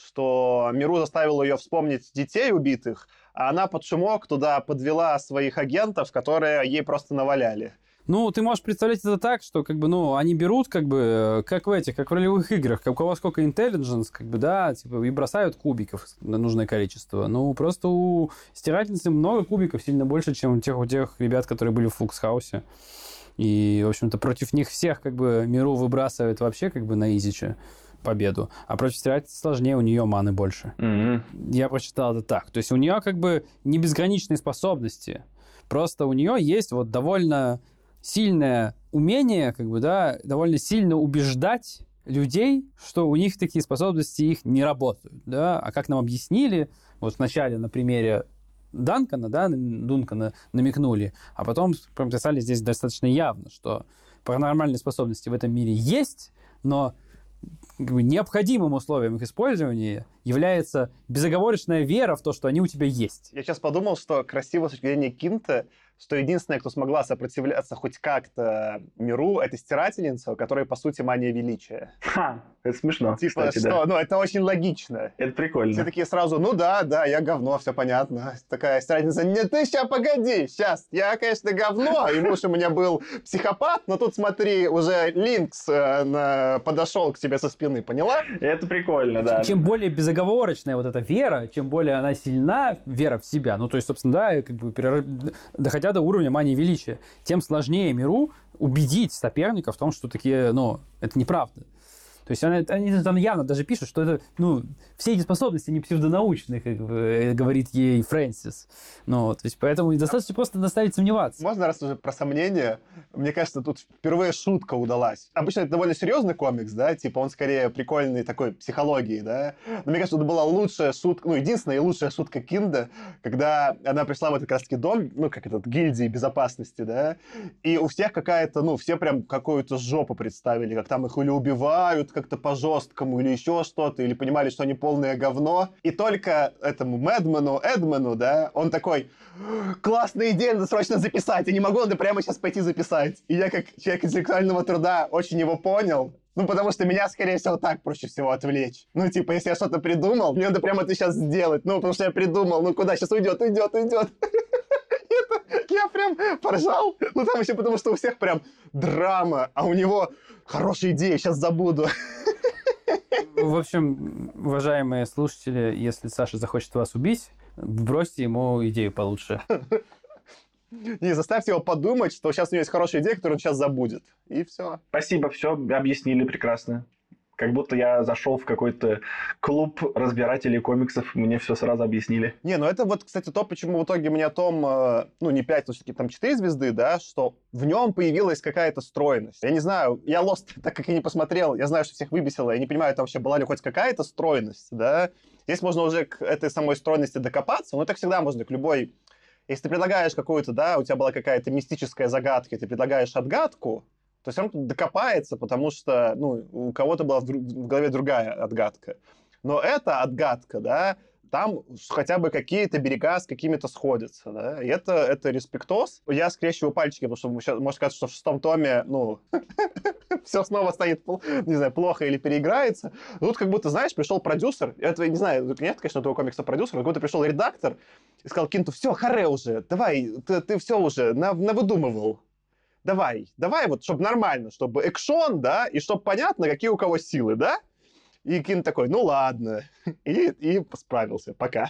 что Миру заставила ее вспомнить детей убитых, а она под шумок туда подвела своих агентов, которые ей просто наваляли. Ну, ты можешь представлять это так, что, как бы, ну, они берут, как бы, как в этих, как в ролевых играх, как у кого сколько intelligence, как бы, да, типа, и бросают кубиков на нужное количество. Ну, просто у Стирательницы много кубиков, сильно больше, чем у тех ребят, которые были в Флуксхаусе. И, в общем-то, против них всех, как бы, Миру выбрасывает вообще, как бы, на изиче победу. А против Стирательницы сложнее, у нее маны больше. Mm-hmm. Я прочитал это так. То есть у нее, как бы, не безграничные способности. Просто у нее есть вот довольно сильное умение, как бы, да, довольно сильно убеждать людей, что у них такие способности их не работают, да, а как нам объяснили, вот вначале на примере Дункана намекнули, а потом прописали здесь достаточно явно, что паранормальные способности в этом мире есть, но как бы необходимым условием их использования является безоговорочная вера в то, что они у тебя есть. Я сейчас подумал, что красиво с точки зрения Кинта, что единственная, кто смогла сопротивляться хоть как-то Миру, это Стирательница, у которой, по сути, мания величия. Ха, это смешно, типа, кстати, что, да. Ну, это очень логично. Это прикольно. Все такие сразу, ну да, я говно, все понятно. Такая Стирательница, нет, ты сейчас погоди, сейчас, я, конечно, говно, и муж у меня был психопат, но тут, смотри, уже Линкс подошел к тебе со спины, поняла? Это прикольно, да. Чем более безоговорочная вот эта вера, чем более она сильна, вера в себя, ну, то есть, собственно, да, как бы доходя до уровня мании величия, тем сложнее Миру убедить соперника в том, что такие, ну, это неправда. То есть они там явно даже пишут, что это, все эти способности не псевдонаучные, как бы говорит ей Фрэнсис. То есть поэтому достаточно просто заставить сомневаться. Можно, раз уже про сомнения, мне кажется, тут впервые шутка удалась. Обычно это довольно серьезный комикс, да, типа он скорее прикольный такой психологии, да. Но мне кажется, это была лучшая шутка, единственная и лучшая шутка Кинда, когда она пришла в этот как раз-таки дом, как этот, гильдии безопасности, да, и у всех какая-то, все прям какую-то жопу представили, как там их или убивают как-то по-жесткому, или еще что-то, или понимали, что они полное говно. И только этому Эдману, да, он такой: классная идея, надо срочно записать, я не могу, надо прямо сейчас пойти записать. И я, как человек интеллектуального труда, очень его понял, потому что меня, скорее всего, так проще всего отвлечь. Если я что-то придумал, мне надо прямо это сейчас сделать. Потому что я придумал, куда сейчас уйдет. Я прям поржал. Там еще потому, что у всех прям драма, а у него хорошая идея, сейчас забуду. В общем, уважаемые слушатели, если Саша захочет вас убить, бросьте ему идею получше. И заставьте его подумать, что сейчас у него есть хорошая идея, которую он сейчас забудет. И все. Спасибо, все объяснили прекрасно. Как будто я зашел в какой-то клуб разбирателей комиксов, мне все сразу объяснили. Это кстати, то, почему в итоге мне Том, не 5, но все-таки там 4 звезды, да, что в нем появилась какая-то стройность. Я не знаю, я Lost, так как я не посмотрел, я знаю, что всех выбесило, я не понимаю, там вообще была ли хоть какая-то стройность, да. Здесь можно уже к этой самой стройности докопаться, но это всегда можно к любой... Если ты предлагаешь какую-то, да, у тебя была какая-то мистическая загадка, ты предлагаешь отгадку, то все равно докопается, потому что, у кого-то была в голове другая отгадка. Но эта отгадка, да, там хотя бы какие-то берега с какими-то сходятся, да, и это респектоз. Я скрещиваю пальчики, потому что может сказать, что в 6-м томе, все снова станет, не знаю, плохо или переиграется. Тут как будто, знаешь, пришел продюсер, это, не знаю, нет, конечно, этого комикса продюсер, как будто пришел редактор и сказал Кинту: все, харе уже, давай, ты все уже навыдумывал. Давай, чтобы нормально, чтобы экшон, да, и чтобы понятно, какие у кого силы, да? И Кинт такой: ладно. И справился. Пока.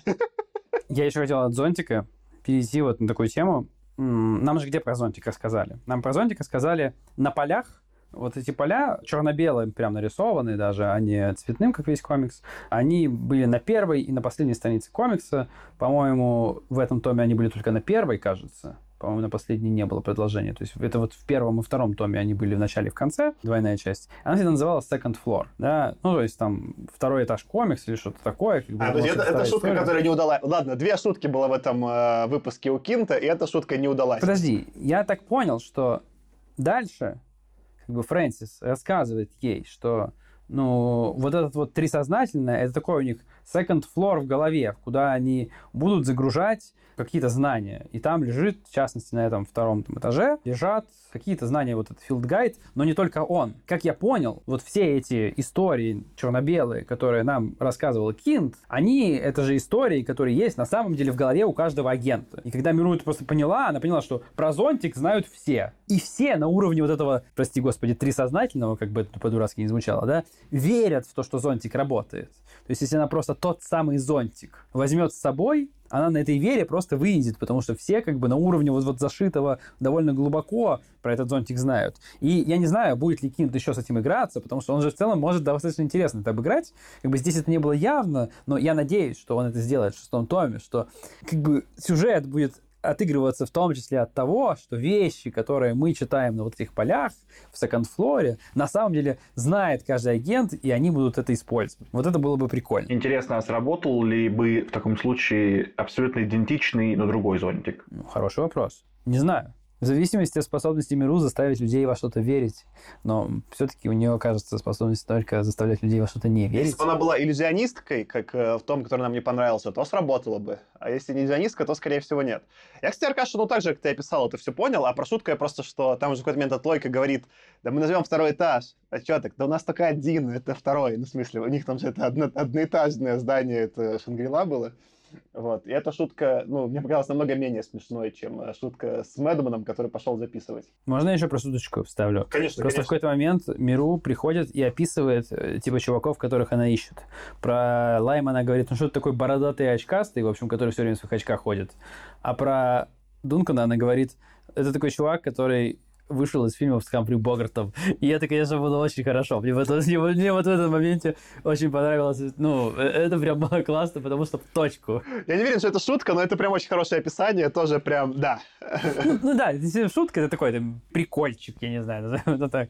Я еще хотел от зонтика перейти на такую тему. Нам же где про зонтик рассказали? Нам про зонтик рассказали на полях. Вот эти поля черно-белые прям нарисованы даже, а не цветным, как весь комикс. Они были на первой и на последней странице комикса. По-моему, в этом томе они были только на первой, кажется. По-моему, на последней не было продолжения. То есть это в первом и втором томе они были в начале и в конце, двойная часть. Она всегда называлась Second Floor, да? То есть там второй этаж комикс или что-то такое. То есть это шутка, история, которая не удалась. Ладно, 2 шутки было в этом выпуске у Кинта, и эта шутка не удалась. Подожди, я так понял, что дальше Фрэнсис рассказывает ей, что вот этот трисознательное, это такой у них second floor в голове, куда они будут загружать какие-то знания. И там лежит, в частности, на этом 2-м этаже, лежат какие-то знания, этот field guide, но не только он. Как я понял, все эти истории черно-белые, которые нам рассказывал Кинт, это же истории, которые есть на самом деле в голове у каждого агента. И когда Миру это просто поняла, она поняла, что про зонтик знают все. И все на уровне этого, прости господи, трисознательного, как бы это по-дурацки не звучало, да, верят в то, что зонтик работает. То есть, если она просто тот самый зонтик возьмет с собой, она на этой вере просто выйдет, потому что все на уровне зашитого довольно глубоко про этот зонтик знают. И я не знаю, будет ли Кинт еще с этим играться, потому что он же в целом может достаточно интересно это обыграть. Здесь это не было явно, но я надеюсь, что он это сделает в 6-м томе, что сюжет будет отыгрываться в том числе от того, что вещи, которые мы читаем на этих полях в Second Floor, на самом деле знает каждый агент, и они будут это использовать. Это было бы прикольно. Интересно, а сработал ли бы в таком случае абсолютно идентичный, но другой зонтик? Хороший вопрос. Не знаю. В зависимости от способности Миру заставить людей во что-то верить. Но все-таки у нее, кажется, способность только заставлять людей во что-то не верить. Если бы она была иллюзионисткой, как в том, который нам не понравился, то сработало бы. А если не иллюзионистка, то, скорее всего, нет. Я, кстати, Аркаша, так же, как ты описал, это все понял, а про шутку я просто, что там уже в какой-то момент Лойка говорит: да мы назовем 2-й этаж. А что так? Да у нас только один, это 2-й. В смысле, у них там же это одноэтажное здание, это Шангри-Ла было. И эта шутка, мне показалась намного менее смешной, чем шутка с Мэдманом, который пошел записывать. Можно я еще про шуточку вставлю? Конечно, Просто в какой-то момент Миру приходит и описывает чуваков, которых она ищет. Про Лайма она говорит: что это такой бородатый очкастый, в общем, который все время в своих очках ходит. А про Дункана она говорит: это такой чувак, который вышел из фильмов с Хамфри Богартом. И это, конечно, было очень хорошо. Мне вот в этом моменте очень понравилось. Ну, это прям было классно, потому что в точку. Я не уверен, что это шутка, но это прям очень хорошее описание, тоже прям, да. Ну да, это шутка, это такой прикольчик, я не знаю, назовем это так.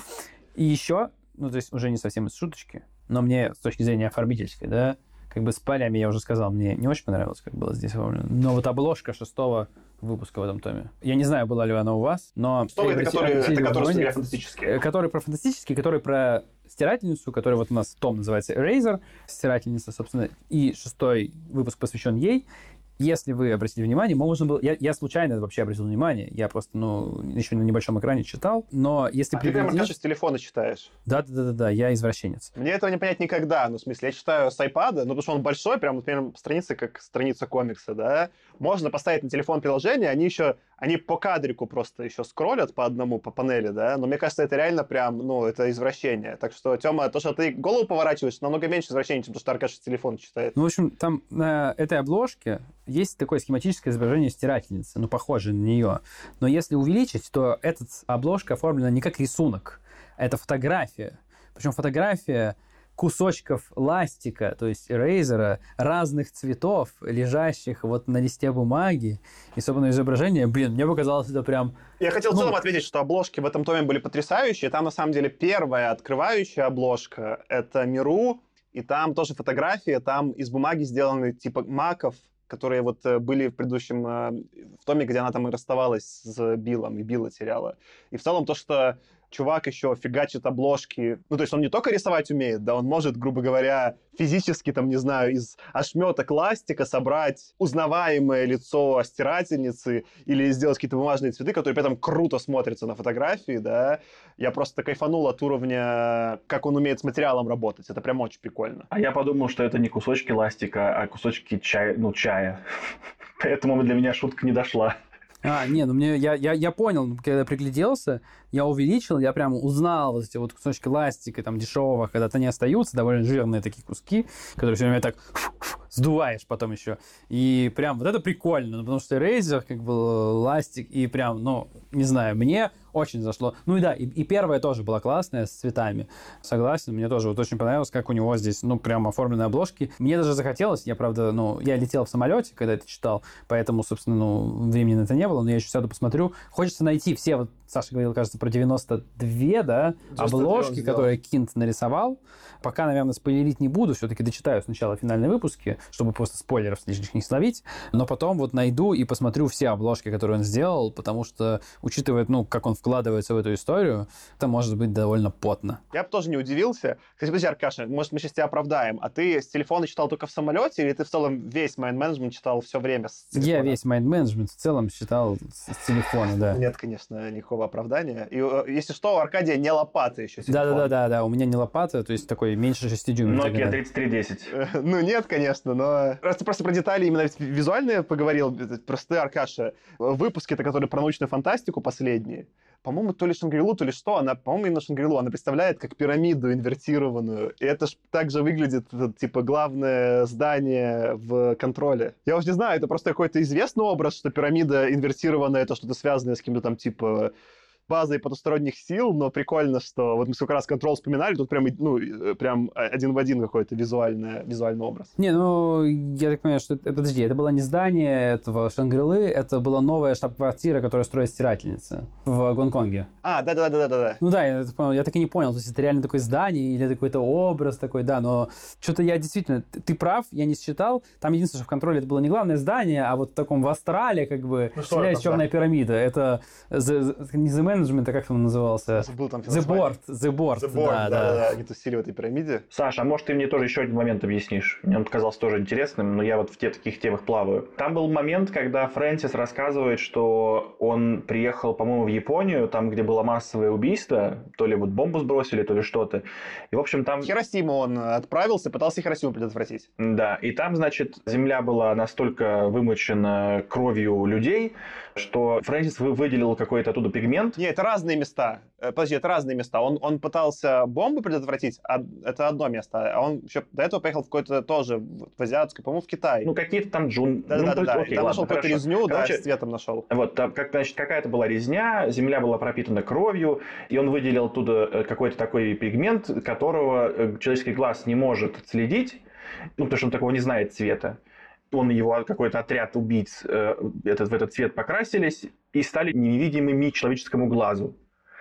И еще, ну, то есть уже не совсем из шуточки, но мне с точки зрения оформительской, да, как бы с полями, я уже сказал, мне не очень понравилось, как было здесь оформлено. Но вот обложка 6-го выпуска в этом томе. Я не знаю, была ли она у вас, но... Что это, который фантастический? Который про фантастический, который про стирательницу, который вот у нас том называется Eraser, стирательница, собственно, и 6-й выпуск посвящен ей. Если вы обратите внимание, можно было... Я случайно вообще обратил внимание, я просто, еще на небольшом экране читал, но если... Ты прямо с телефона читаешь? Да, я извращенец. Мне этого не понять никогда, в смысле, я читаю с iPad, потому что он большой, прям, например, страница как страница комикса, да, можно поставить на телефон приложение, они по кадрику просто еще скроллят по одному, по панели, да, но мне кажется, это реально прям, это извращение. Так что, Тёма, то, что ты голову поворачиваешь, намного меньше извращения, чем то, что Аркаша с телефона читает. В общем, там на этой обложке есть такое схематическое изображение стирательницы, похожее на нее. Но если увеличить, то эта обложка оформлена не как рисунок, это фотография. Причем фотография кусочков ластика, то есть эрейзера, разных цветов, лежащих вот на листе бумаги. И, собственно, изображение, мне показалось, это прям... Я хотел в целом ответить, что обложки в этом томе были потрясающие. Там, на самом деле, первая открывающая обложка — это Миру, и там тоже фотографии, там из бумаги сделаны типа маков, которые вот были в предыдущем в томе, где она там и расставалась с Биллом, и Билла теряла. И в целом то, что чувак еще фигачит обложки. То есть он не только рисовать умеет, да, он может, грубо говоря, физически, там, не знаю, из ошметок ластика собрать узнаваемое лицо стирательницы или сделать какие-то бумажные цветы, которые при этом круто смотрятся на фотографии, да. Я просто кайфанул от уровня, как он умеет с материалом работать. Это прям очень прикольно. А я подумал, что это не кусочки ластика, а кусочки чая. Поэтому для меня шутка не дошла. Я понял, когда пригляделся, я увеличил, я прям узнал вот эти вот кусочки ластика, там, дешевого, когда-то не остаются, довольно жирные такие куски, которые все время так сдуваешь потом еще. И прям вот это прикольно, потому что Razer, как бы, ластик, и прям, не знаю, мне очень зашло. И первая тоже была классная, с цветами. Согласен, мне тоже вот очень понравилось, как у него здесь, прям оформлены обложки. Мне даже захотелось, я, правда, я летел в самолете, когда это читал, поэтому, собственно, времени на это не было, но я еще сяду посмотрю. Хочется найти все, вот Саша говорил, кажется, про 92, да, обложки, которые Кинт нарисовал. Пока, наверное, спойлерить не буду, все-таки дочитаю сначала финальные выпуски, чтобы просто спойлеров лишних не словить, но потом вот найду и посмотрю все обложки, которые он сделал, потому что, учитывая, как он вкладывается в эту историю, это может быть довольно потно. Я бы тоже не удивился. Кстати, подожди, Аркаша, может, мы сейчас тебя оправдаем, а ты с телефона читал только в самолете, или ты в целом весь Mind Management читал все время с телефона? Я весь Mind Management в целом читал с телефона, да. Нет, конечно, никакого оправдания. И, если что, у Аркадия не лопата еще. Да, у меня не лопата, то есть такой меньше 6 дюймов. Nokia 3310. Нет, конечно, но... Раз ты просто про детали именно визуальные поговорил, просто ты, Аркаша, выпуски-то, которые про научную фантастику последние, по-моему, то ли Шангрилу, то ли что, по-моему, именно Шангрилу, она представляет как пирамиду инвертированную. И это ж также выглядит, типа, главное здание в контроле. Я уже не знаю, это просто какой-то известный образ, что пирамида инвертированная, это что-то связанное с каким-то там, типа, базой потусторонних сил, но прикольно, что вот мы сколько раз Control вспоминали, тут прям, прям один в один какой-то визуальный образ. Я так понимаю, что... Подожди, это было не здание этого Шангрилы, это была новая штаб-квартира, которую строит стирательница в Гонконге. Да. Я так и не понял, то есть это реально такое здание или это какой-то образ такой, да, но что-то я действительно... Ты прав, я не считал. Там единственное, что в Контроле это было не главное здание, а вот в таком в астрале, как бы, вселяется черная пирамида. Это не The Management, а как он назывался? Был там The Board, да. Они тусили в этой пирамиде. Саша, а может, ты мне тоже еще один момент объяснишь? Мне он показался тоже интересным, но я вот в таких темах плаваю. Там был момент, когда Фрэнсис рассказывает, что он приехал, по-моему, в Японию, там, где было массовое убийство, то ли вот бомбу сбросили, то ли что-то. И, в общем, там... В Хиросиму он отправился, пытался Хиросиму предотвратить. Да, и там, значит, земля была настолько вымочена кровью людей, что Фрэнсис выделил какой-то оттуда пигмент. Нет, это разные места. Подожди, это разные места. Он пытался бомбу предотвратить, это одно место. А он еще до этого поехал в какой-то тоже, в азиатское, по-моему, в Китай. Ну, какие-то там джун... Да-да-да, окей, там ладно, нашел какую-то резню, Короче, да, с цветом нашел. Вот, там, значит, какая-то была резня, земля была пропитана кровью, и он выделил оттуда какой-то такой пигмент, которого человеческий глаз не может отследить, ну, потому что он такого не знает цвета. Он его, какой-то отряд убийц в этот цвет покрасились и стали невидимыми человеческому глазу.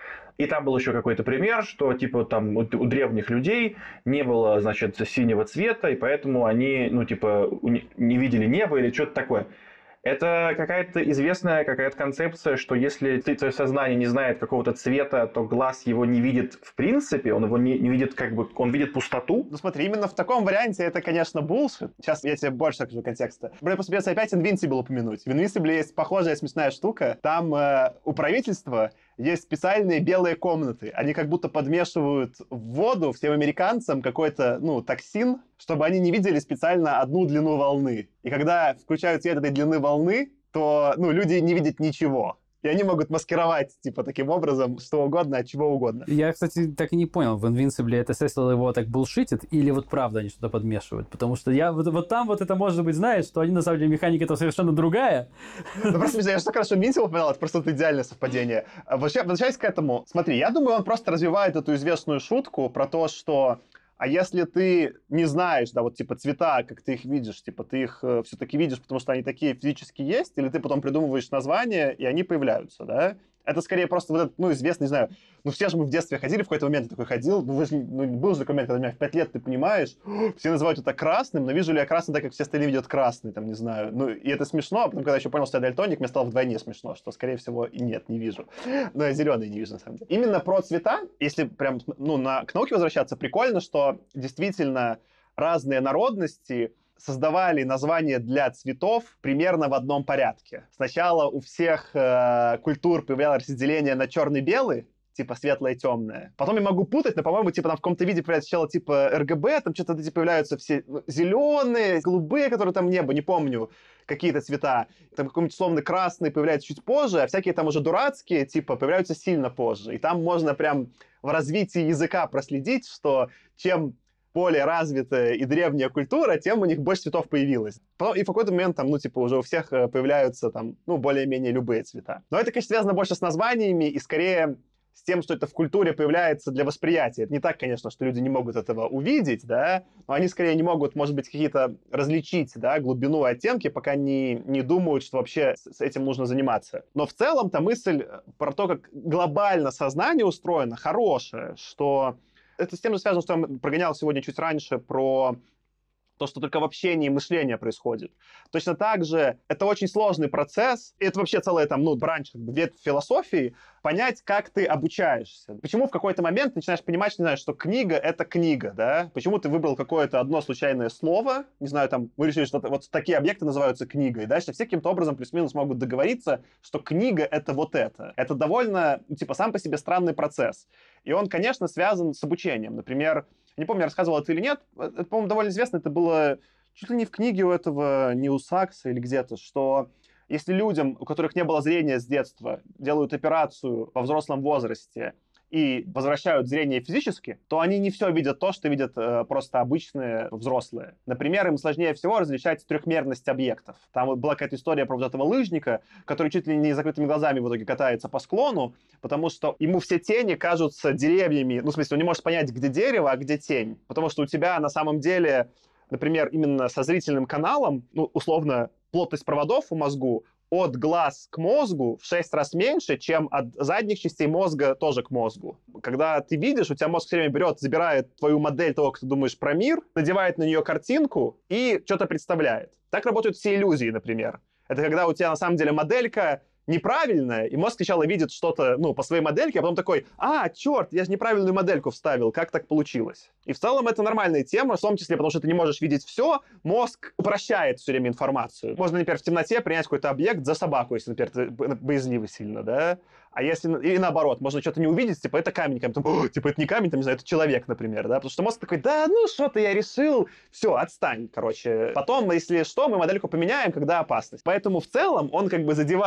И там был еще какой-то пример, что типа там у древних людей не было, значит, синего цвета, и поэтому они, ну, типа, не видели небо или что-то такое. Это какая-то известная какая-то концепция, что если твое сознание не знает какого-то цвета, то глаз его не видит в принципе, он его не видит, как бы, он видит пустоту. Ну смотри, именно в таком варианте это, конечно, bullshit. Сейчас я тебе больше скажу контекста. Мне просто придется опять Invincible упомянуть. В Invincible есть похожая смешная штука. Там у правительства есть специальные белые комнаты. Они как будто подмешивают в воду всем американцам какой-то, ну, токсин, чтобы они не видели специально одну длину волны. И когда включают цвет этой длины волны, то, ну, люди не видят ничего. И они могут маскировать, типа, таким образом, что угодно, от чего угодно. Я, кстати, так и не понял, в Invincible это Сесил его так булшитит, или вот правда они что-то подмешивают? Потому что я вот там вот это может быть, знаешь, что они, на самом деле, механика это совершенно другая. Ну, просто, я что хорошо Invincible упоминал, это просто идеальное совпадение. Возвращаясь к этому, смотри, я думаю, он просто развивает эту известную шутку про то, что а если ты не знаешь, да, вот типа цвета, как ты их видишь, типа ты их все-таки видишь, потому что они такие физически есть, или ты потом придумываешь названия, и они появляются, да? Это скорее просто вот этот, ну, известный, не знаю, ну, все же мы в детстве ходили, в какой-то момент я такой ходил, ну, был же такой момент, когда меня в 5 лет ты понимаешь, все называют это красным, но вижу ли я красный так, как все остальные видят красный, там, не знаю. Ну, и это смешно, а потом, когда еще понял, что я дальтоник, мне стало вдвойне смешно, что, скорее всего, и нет, не вижу. Но я зеленый не вижу, на самом деле. Именно про цвета, если прям, ну, к науке возвращаться, прикольно, что действительно разные народности создавали названия для цветов примерно в одном порядке. Сначала у всех культур появлялось разделение на черный-белый, типа светлое и темное. Потом я могу путать, но, по-моему, типа там в каком-то виде появляется сначала типа РГБ, там что-то эти появляются все зеленые, голубые, которые там небо, не помню, какие-то цвета. Там какой-нибудь условно красный появляется чуть позже, а всякие там уже дурацкие, типа, появляются сильно позже. И там можно прям в развитии языка проследить, что чем более развитая и древняя культура, тем у них больше цветов появилось. И в какой-то момент там, ну, типа, уже у всех появляются там, ну, более-менее любые цвета. Но это, конечно, связано больше с названиями и скорее с тем, что это в культуре появляется для восприятия. Это не так, конечно, что люди не могут этого увидеть, да, но они скорее не могут, может быть, какие-то различить, да, глубину и оттенки, пока не думают, что вообще с этим нужно заниматься. Но в целом-то мысль про то, как глобально сознание устроено, хорошая, что это с тем же связано, что я прогонял сегодня чуть раньше про то, что только в общении и мышлении происходит. Точно так же это очень сложный процесс, и это вообще целая там, ну, бранч, как бы ветвь философии, понять, как ты обучаешься. Почему в какой-то момент ты начинаешь понимать, не знаю, что книга — это книга, да? Почему ты выбрал какое-то одно случайное слово, не знаю, там, мы решили, что вот такие объекты называются книгой, дальше все каким-то образом плюс-минус могут договориться, что книга — это вот это. Это довольно, ну, типа, сам по себе странный процесс. И он, конечно, связан с обучением. Например, не помню, я рассказывал это или нет, это, по-моему, довольно известно, это было чуть ли не в книге у этого, не у Сакса или где-то, что если людям, у которых не было зрения с детства, делают операцию во взрослом возрасте и возвращают зрение физически, то они не все видят то, что видят просто обычные взрослые. Например, им сложнее всего различать трехмерность объектов. Там вот была какая-то история про вот этого лыжника, который чуть ли не закрытыми глазами в итоге катается по склону, потому что ему все тени кажутся деревьями. Ну, в смысле, он не может понять, где дерево, а где тень. Потому что у тебя на самом деле, например, именно со зрительным каналом, ну, условно, плотность проводов в мозгу от глаз к мозгу в 6 раз меньше, чем от задних частей мозга тоже к мозгу. Когда ты видишь, у тебя мозг все время берет, забирает твою модель того, как ты думаешь про мир, надевает на нее картинку и что-то представляет. Так работают все иллюзии, например. Это когда у тебя на самом деле моделька неправильная, и мозг сначала видит что-то, ну, по своей модельке, а потом такой: а, черт, я же неправильную модельку вставил, как так получилось? И в целом это нормальная тема, в том числе, потому что ты не можешь видеть все, мозг упрощает все время информацию. Можно, например, в темноте принять какой-то объект за собаку, если, например, ты боязливый сильно, да? А если, и наоборот, можно что-то не увидеть, типа, это камень, там, типа, это не камень, там, не знаю, это человек, например, да? Потому что мозг такой: да, ну, что-то я решил, все, отстань, короче. Потом, если что, мы модельку поменяем, когда опасность. Поэтому в целом он как бы задевает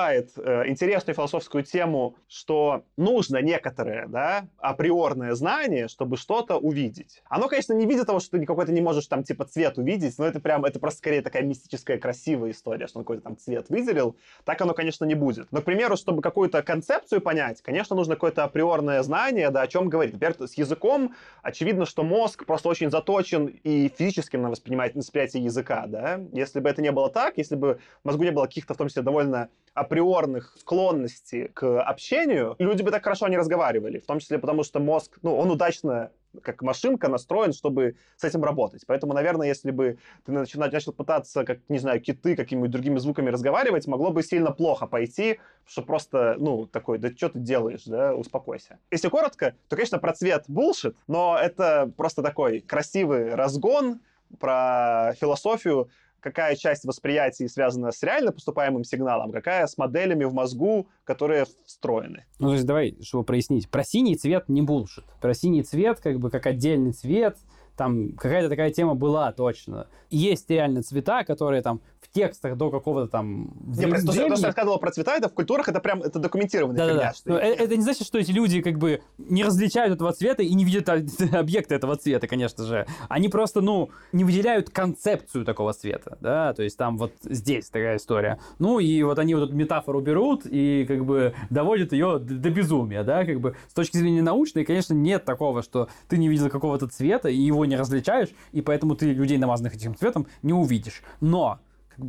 интересную философскую тему, что нужно некоторое, да, априорное знание, чтобы что-то увидеть. Оно, конечно, не видит того, что ты какой-то не можешь там типа цвет увидеть, но это просто скорее такая мистическая, красивая история, что он какой-то там цвет выделил. Так оно, конечно, не будет. Но, к примеру, чтобы какую-то концепцию понять, конечно, нужно какое-то априорное знание, да, о чем говорить. Например, с языком очевидно, что мозг просто очень заточен и физически на восприятие языка, да. Если бы это не было так, если бы в мозгу не было каких-то, в том числе, довольно априорных склонностей к общению, люди бы так хорошо не разговаривали. В том числе потому, что мозг, он удачно, как машинка, настроен, чтобы с этим работать. Поэтому, наверное, если бы ты начал пытаться, как, не знаю, киты какими-нибудь другими звуками разговаривать, могло бы сильно плохо пойти, что просто, такой, да что ты делаешь, да, успокойся. Если коротко, то, конечно, про цвет bullshit, но это просто такой красивый разгон про философию, какая часть восприятия связана с реально поступаемым сигналом, какая с моделями в мозгу, которые встроены. Ну, то есть давай, чтобы прояснить. Про синий цвет не булшит. Про синий цвет как отдельный цвет, там какая-то такая тема была точно. Есть реально цвета, которые там в текстах до какого-то там времени... То, что я рассказывал про цвета, это в культурах, это документированная фигня. Да. Это не значит, что эти люди не различают этого цвета и не видят объекта этого цвета, конечно же. Они просто, не выделяют концепцию такого цвета, да, то есть там вот здесь такая история. И вот они вот эту метафору берут и доводят ее до безумия, да, с точки зрения научной, конечно, нет такого, что ты не видел какого-то цвета и его не различаешь, и поэтому ты людей, намазанных этим цветом, не увидишь. Но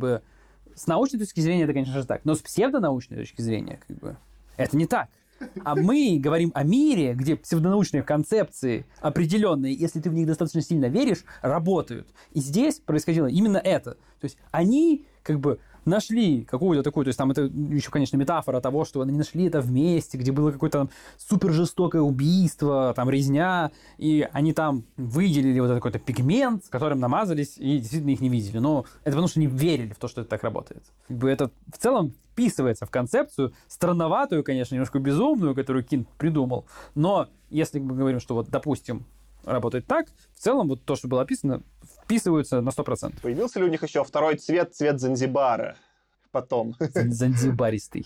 с научной точки зрения это, конечно же, так. Но с псевдонаучной точки зрения, это не так. А мы говорим о мире, где псевдонаучные концепции определенные, если ты в них достаточно сильно веришь, работают. И здесь происходило именно это. То есть они нашли какую-то такую, то есть там это еще, конечно, метафора того, что они нашли это вместе, где было какое-то там супер жестокое убийство, там резня, и они там выделили вот этот какой-то пигмент, которым намазались, и действительно их не видели. Но это потому, что не верили в то, что это так работает. Это в целом вписывается в концепцию, странноватую, конечно, немножко безумную, которую Кинт придумал, но если мы говорим, что вот, допустим, работает так, в целом вот то, что было описано, вписываются на 100%. Появился ли у них еще второй цвет Занзибара потом? Занзибаристый.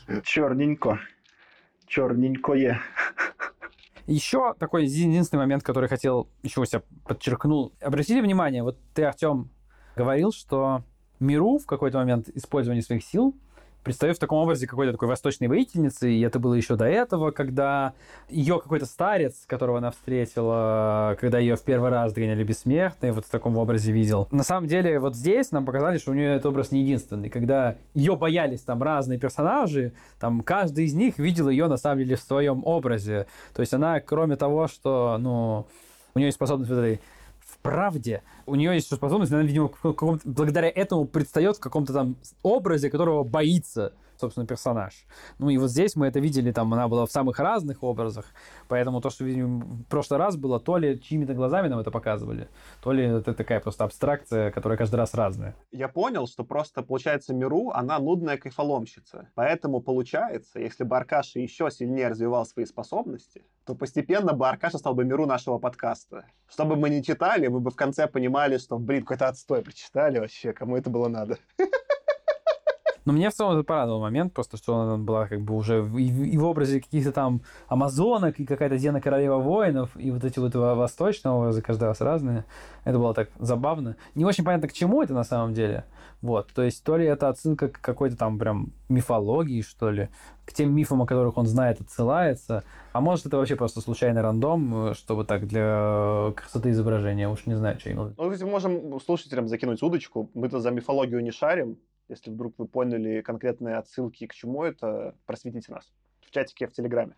Черненькое. Еще такой единственный момент, который хотел еще у себя подчеркнул. Обратите внимание, вот ты, Артем, говорил, что Миру в какой-то момент использования своих сил предстает в таком образе какой-то такой восточной воительницы, и это было еще до этого, когда ее какой-то старец, которого она встретила, когда ее в первый раз догоняли бессмертные, вот в таком образе видел. На самом деле, вот здесь нам показали, что у нее этот образ не единственный. Когда ее боялись там разные персонажи, там каждый из них видел ее на самом деле в своем образе. То есть она, кроме того, что, у нее есть способность вот этой в правде, у нее есть способность, она, видимо, благодаря этому предстает в каком-то там образе, которого боится, собственно, персонаж. И вот здесь мы это видели, там она была в самых разных образах, поэтому то, что, видимо, в прошлый раз было, то ли чьими-то глазами нам это показывали, то ли это такая просто абстракция, которая каждый раз разная. Я понял, что просто, получается, Миру, она нудная кайфоломщица. Поэтому, получается, если бы Аркаша еще сильнее развивал свои способности, то постепенно бы Аркаша стал бы Миру нашего подкаста. Что бы мы ни читали, мы бы в конце понимали, что, какой-то отстой прочитали вообще, кому это было надо. Но мне в целом это порадовал момент, просто что она была уже и в образе каких-то там амазонок, и какая-то Зена королева воинов, и вот эти вот восточные образы каждый раз разные. Это было так забавно. Не очень понятно, к чему это на самом деле. Вот, то есть то ли это отсылка к какой-то там прям мифологии, что ли, к тем мифам, о которых он знает, отсылается. А может, это вообще просто случайный рандом, чтобы так для красоты изображения. Уж не знаю, что именно. Мы можем слушателям закинуть удочку. Мы-то за мифологию не шарим. Если вдруг вы поняли конкретные отсылки к чему это, просветите нас. В чатике в Телеграме.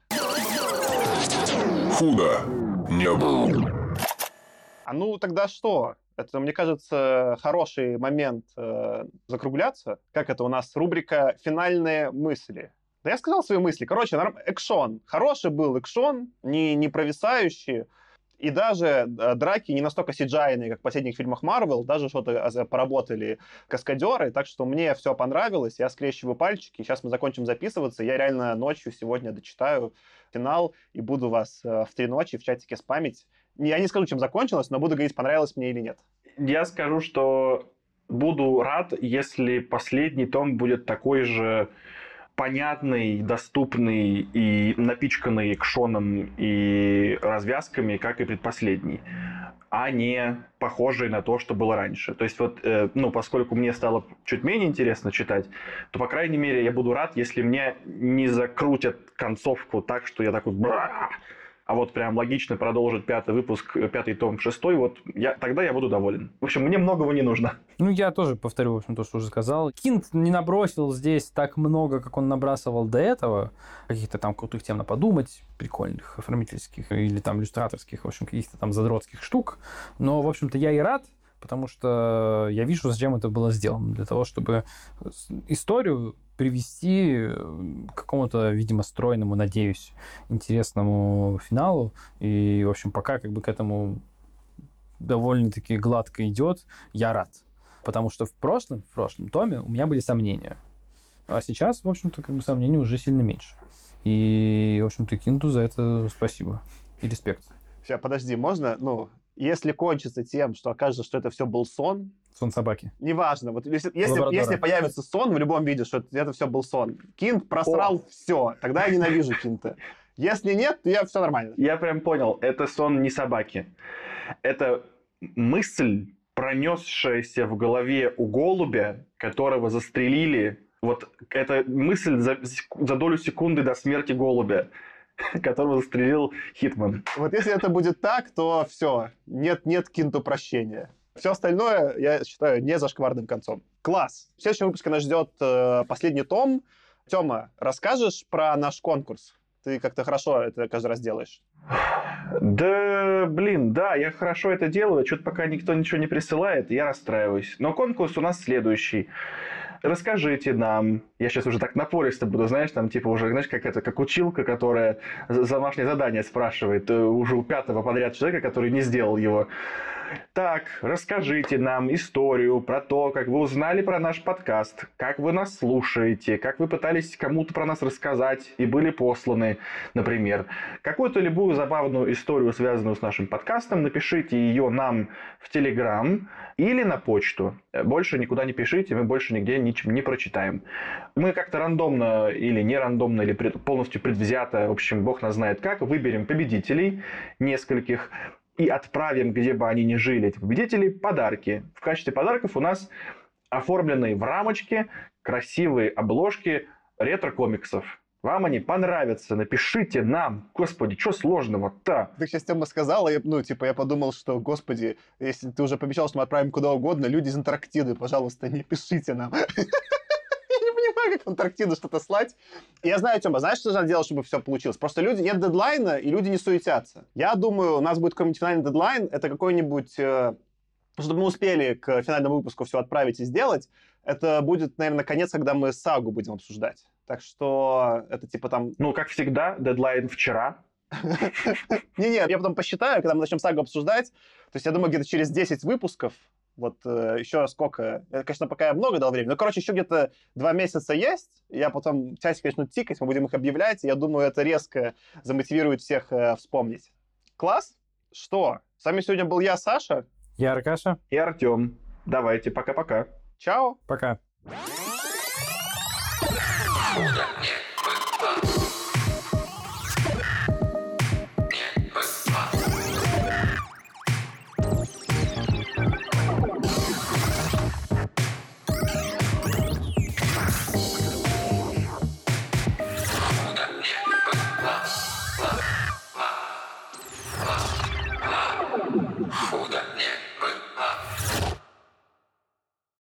Худо не было. Тогда что? Это, мне кажется, хороший момент закругляться. Как это у нас? Рубрика «Финальные мысли». Да я сказал свои мысли. Экшон. Хороший был экшон, не провисающий. И даже драки не настолько CGI-ные, как в последних фильмах Marvel, даже что-то поработали каскадеры, так что мне все понравилось, я скрещиваю пальчики, сейчас мы закончим записываться, я реально ночью сегодня дочитаю финал и буду вас в 3 ночи в чатике спамить. Я не скажу, чем закончилось, но буду говорить, понравилось мне или нет. Я скажу, что буду рад, если последний том будет такой же понятный, доступный и напичканный экшоном и развязками, как и предпоследний, а не похожий на то, что было раньше. То есть вот, поскольку мне стало чуть менее интересно читать, то, по крайней мере, я буду рад, если мне не закрутят концовку так, что я такой... А вот прям логично продолжить 5-й выпуск, 5-й том, 6-й, тогда я буду доволен. В общем, мне многого не нужно. Я тоже повторю, в общем, то, что уже сказал. Кинт не набросил здесь так много, как он набрасывал до этого. Каких-то там крутых тем на подумать, прикольных, оформительских или там иллюстраторских, в общем, каких-то там задротских штук. Но, в общем-то, я и рад, потому что я вижу, зачем это было сделано. Для того, чтобы историю привести к какому-то, видимо, стройному, надеюсь, интересному финалу. И, в общем, пока как бы к этому довольно-таки гладко идет, я рад. Потому что в прошлом томе у меня были сомнения. А сейчас, в общем-то, как бы сомнений уже сильно меньше. И, в общем-то, Кинту за это спасибо и респект. Сейчас, подожди, можно? Если кончится тем, что окажется, что это все был сон... Сон собаки. Неважно. Вот если появится сон в любом виде, что это все был сон, Кинт просрал все, тогда я ненавижу Кинта. Если нет, то все нормально. Я прям понял, это сон не собаки. Это мысль, пронесшаяся в голове у голубя, которого застрелили. Вот эта мысль за долю секунды до смерти голубя, которого застрелил Хитман. Вот если это будет так, то все, нет Кинту прощения. Все остальное, я считаю, не зашкварным концом. Класс. В следующем выпуске нас ждет последний том. Тёма, расскажешь про наш конкурс? Ты как-то хорошо это каждый раз делаешь. Да, я хорошо это делаю. Что-то пока никто ничего не присылает, я расстраиваюсь. Но конкурс у нас следующий. Расскажите нам. Я сейчас уже так напористо буду, знаешь, там типа уже, знаешь, как училка, которая домашнее задание спрашивает уже у 5-го подряд человека, который не сделал его. Так, расскажите нам историю про то, как вы узнали про наш подкаст, как вы нас слушаете, как вы пытались кому-то про нас рассказать и были посланы, например. Какую-то любую забавную историю, связанную с нашим подкастом, напишите ее нам в Telegram или на почту. Больше никуда не пишите, мы больше нигде ничем не прочитаем. Мы как-то рандомно или не рандомно, или полностью предвзято, в общем, бог нас знает как, выберем победителей нескольких и отправим, где бы они ни жили, эти победители, подарки. В качестве подарков у нас оформленные в рамочке красивые обложки ретро-комиксов. Вам они понравятся, напишите нам. Господи, что сложного-то? Ты сейчас, Тёма, сказал, я подумал, что, господи, если ты уже пообещал, что мы отправим куда угодно, люди из Антарктиды, пожалуйста, не пишите нам. Я не понимаю, как в Антарктиду что-то слать. И я знаю, Тёма, знаешь, что надо делать, чтобы все получилось? Просто нет дедлайна, и люди не суетятся. Я думаю, у нас будет какой-нибудь финальный дедлайн, это какой-нибудь... Чтобы мы успели к финальному выпуску все отправить и сделать, это будет, наверное, конец, когда мы сагу будем обсуждать. Так что это типа там... как всегда, дедлайн вчера. Не, я потом посчитаю, когда мы начнем сагу обсуждать. То есть я думаю, где-то через 10 выпусков, еще сколько... Конечно, пока я много дал времени. Еще где-то 2 месяца есть. Я потом часики начну тикать, мы будем их объявлять. И я думаю, это резко замотивирует всех вспомнить. Класс? Что? С вами сегодня был я, Саша. Я Аркаша. И Артем. Давайте, пока-пока. Чао. Пока. Удачи.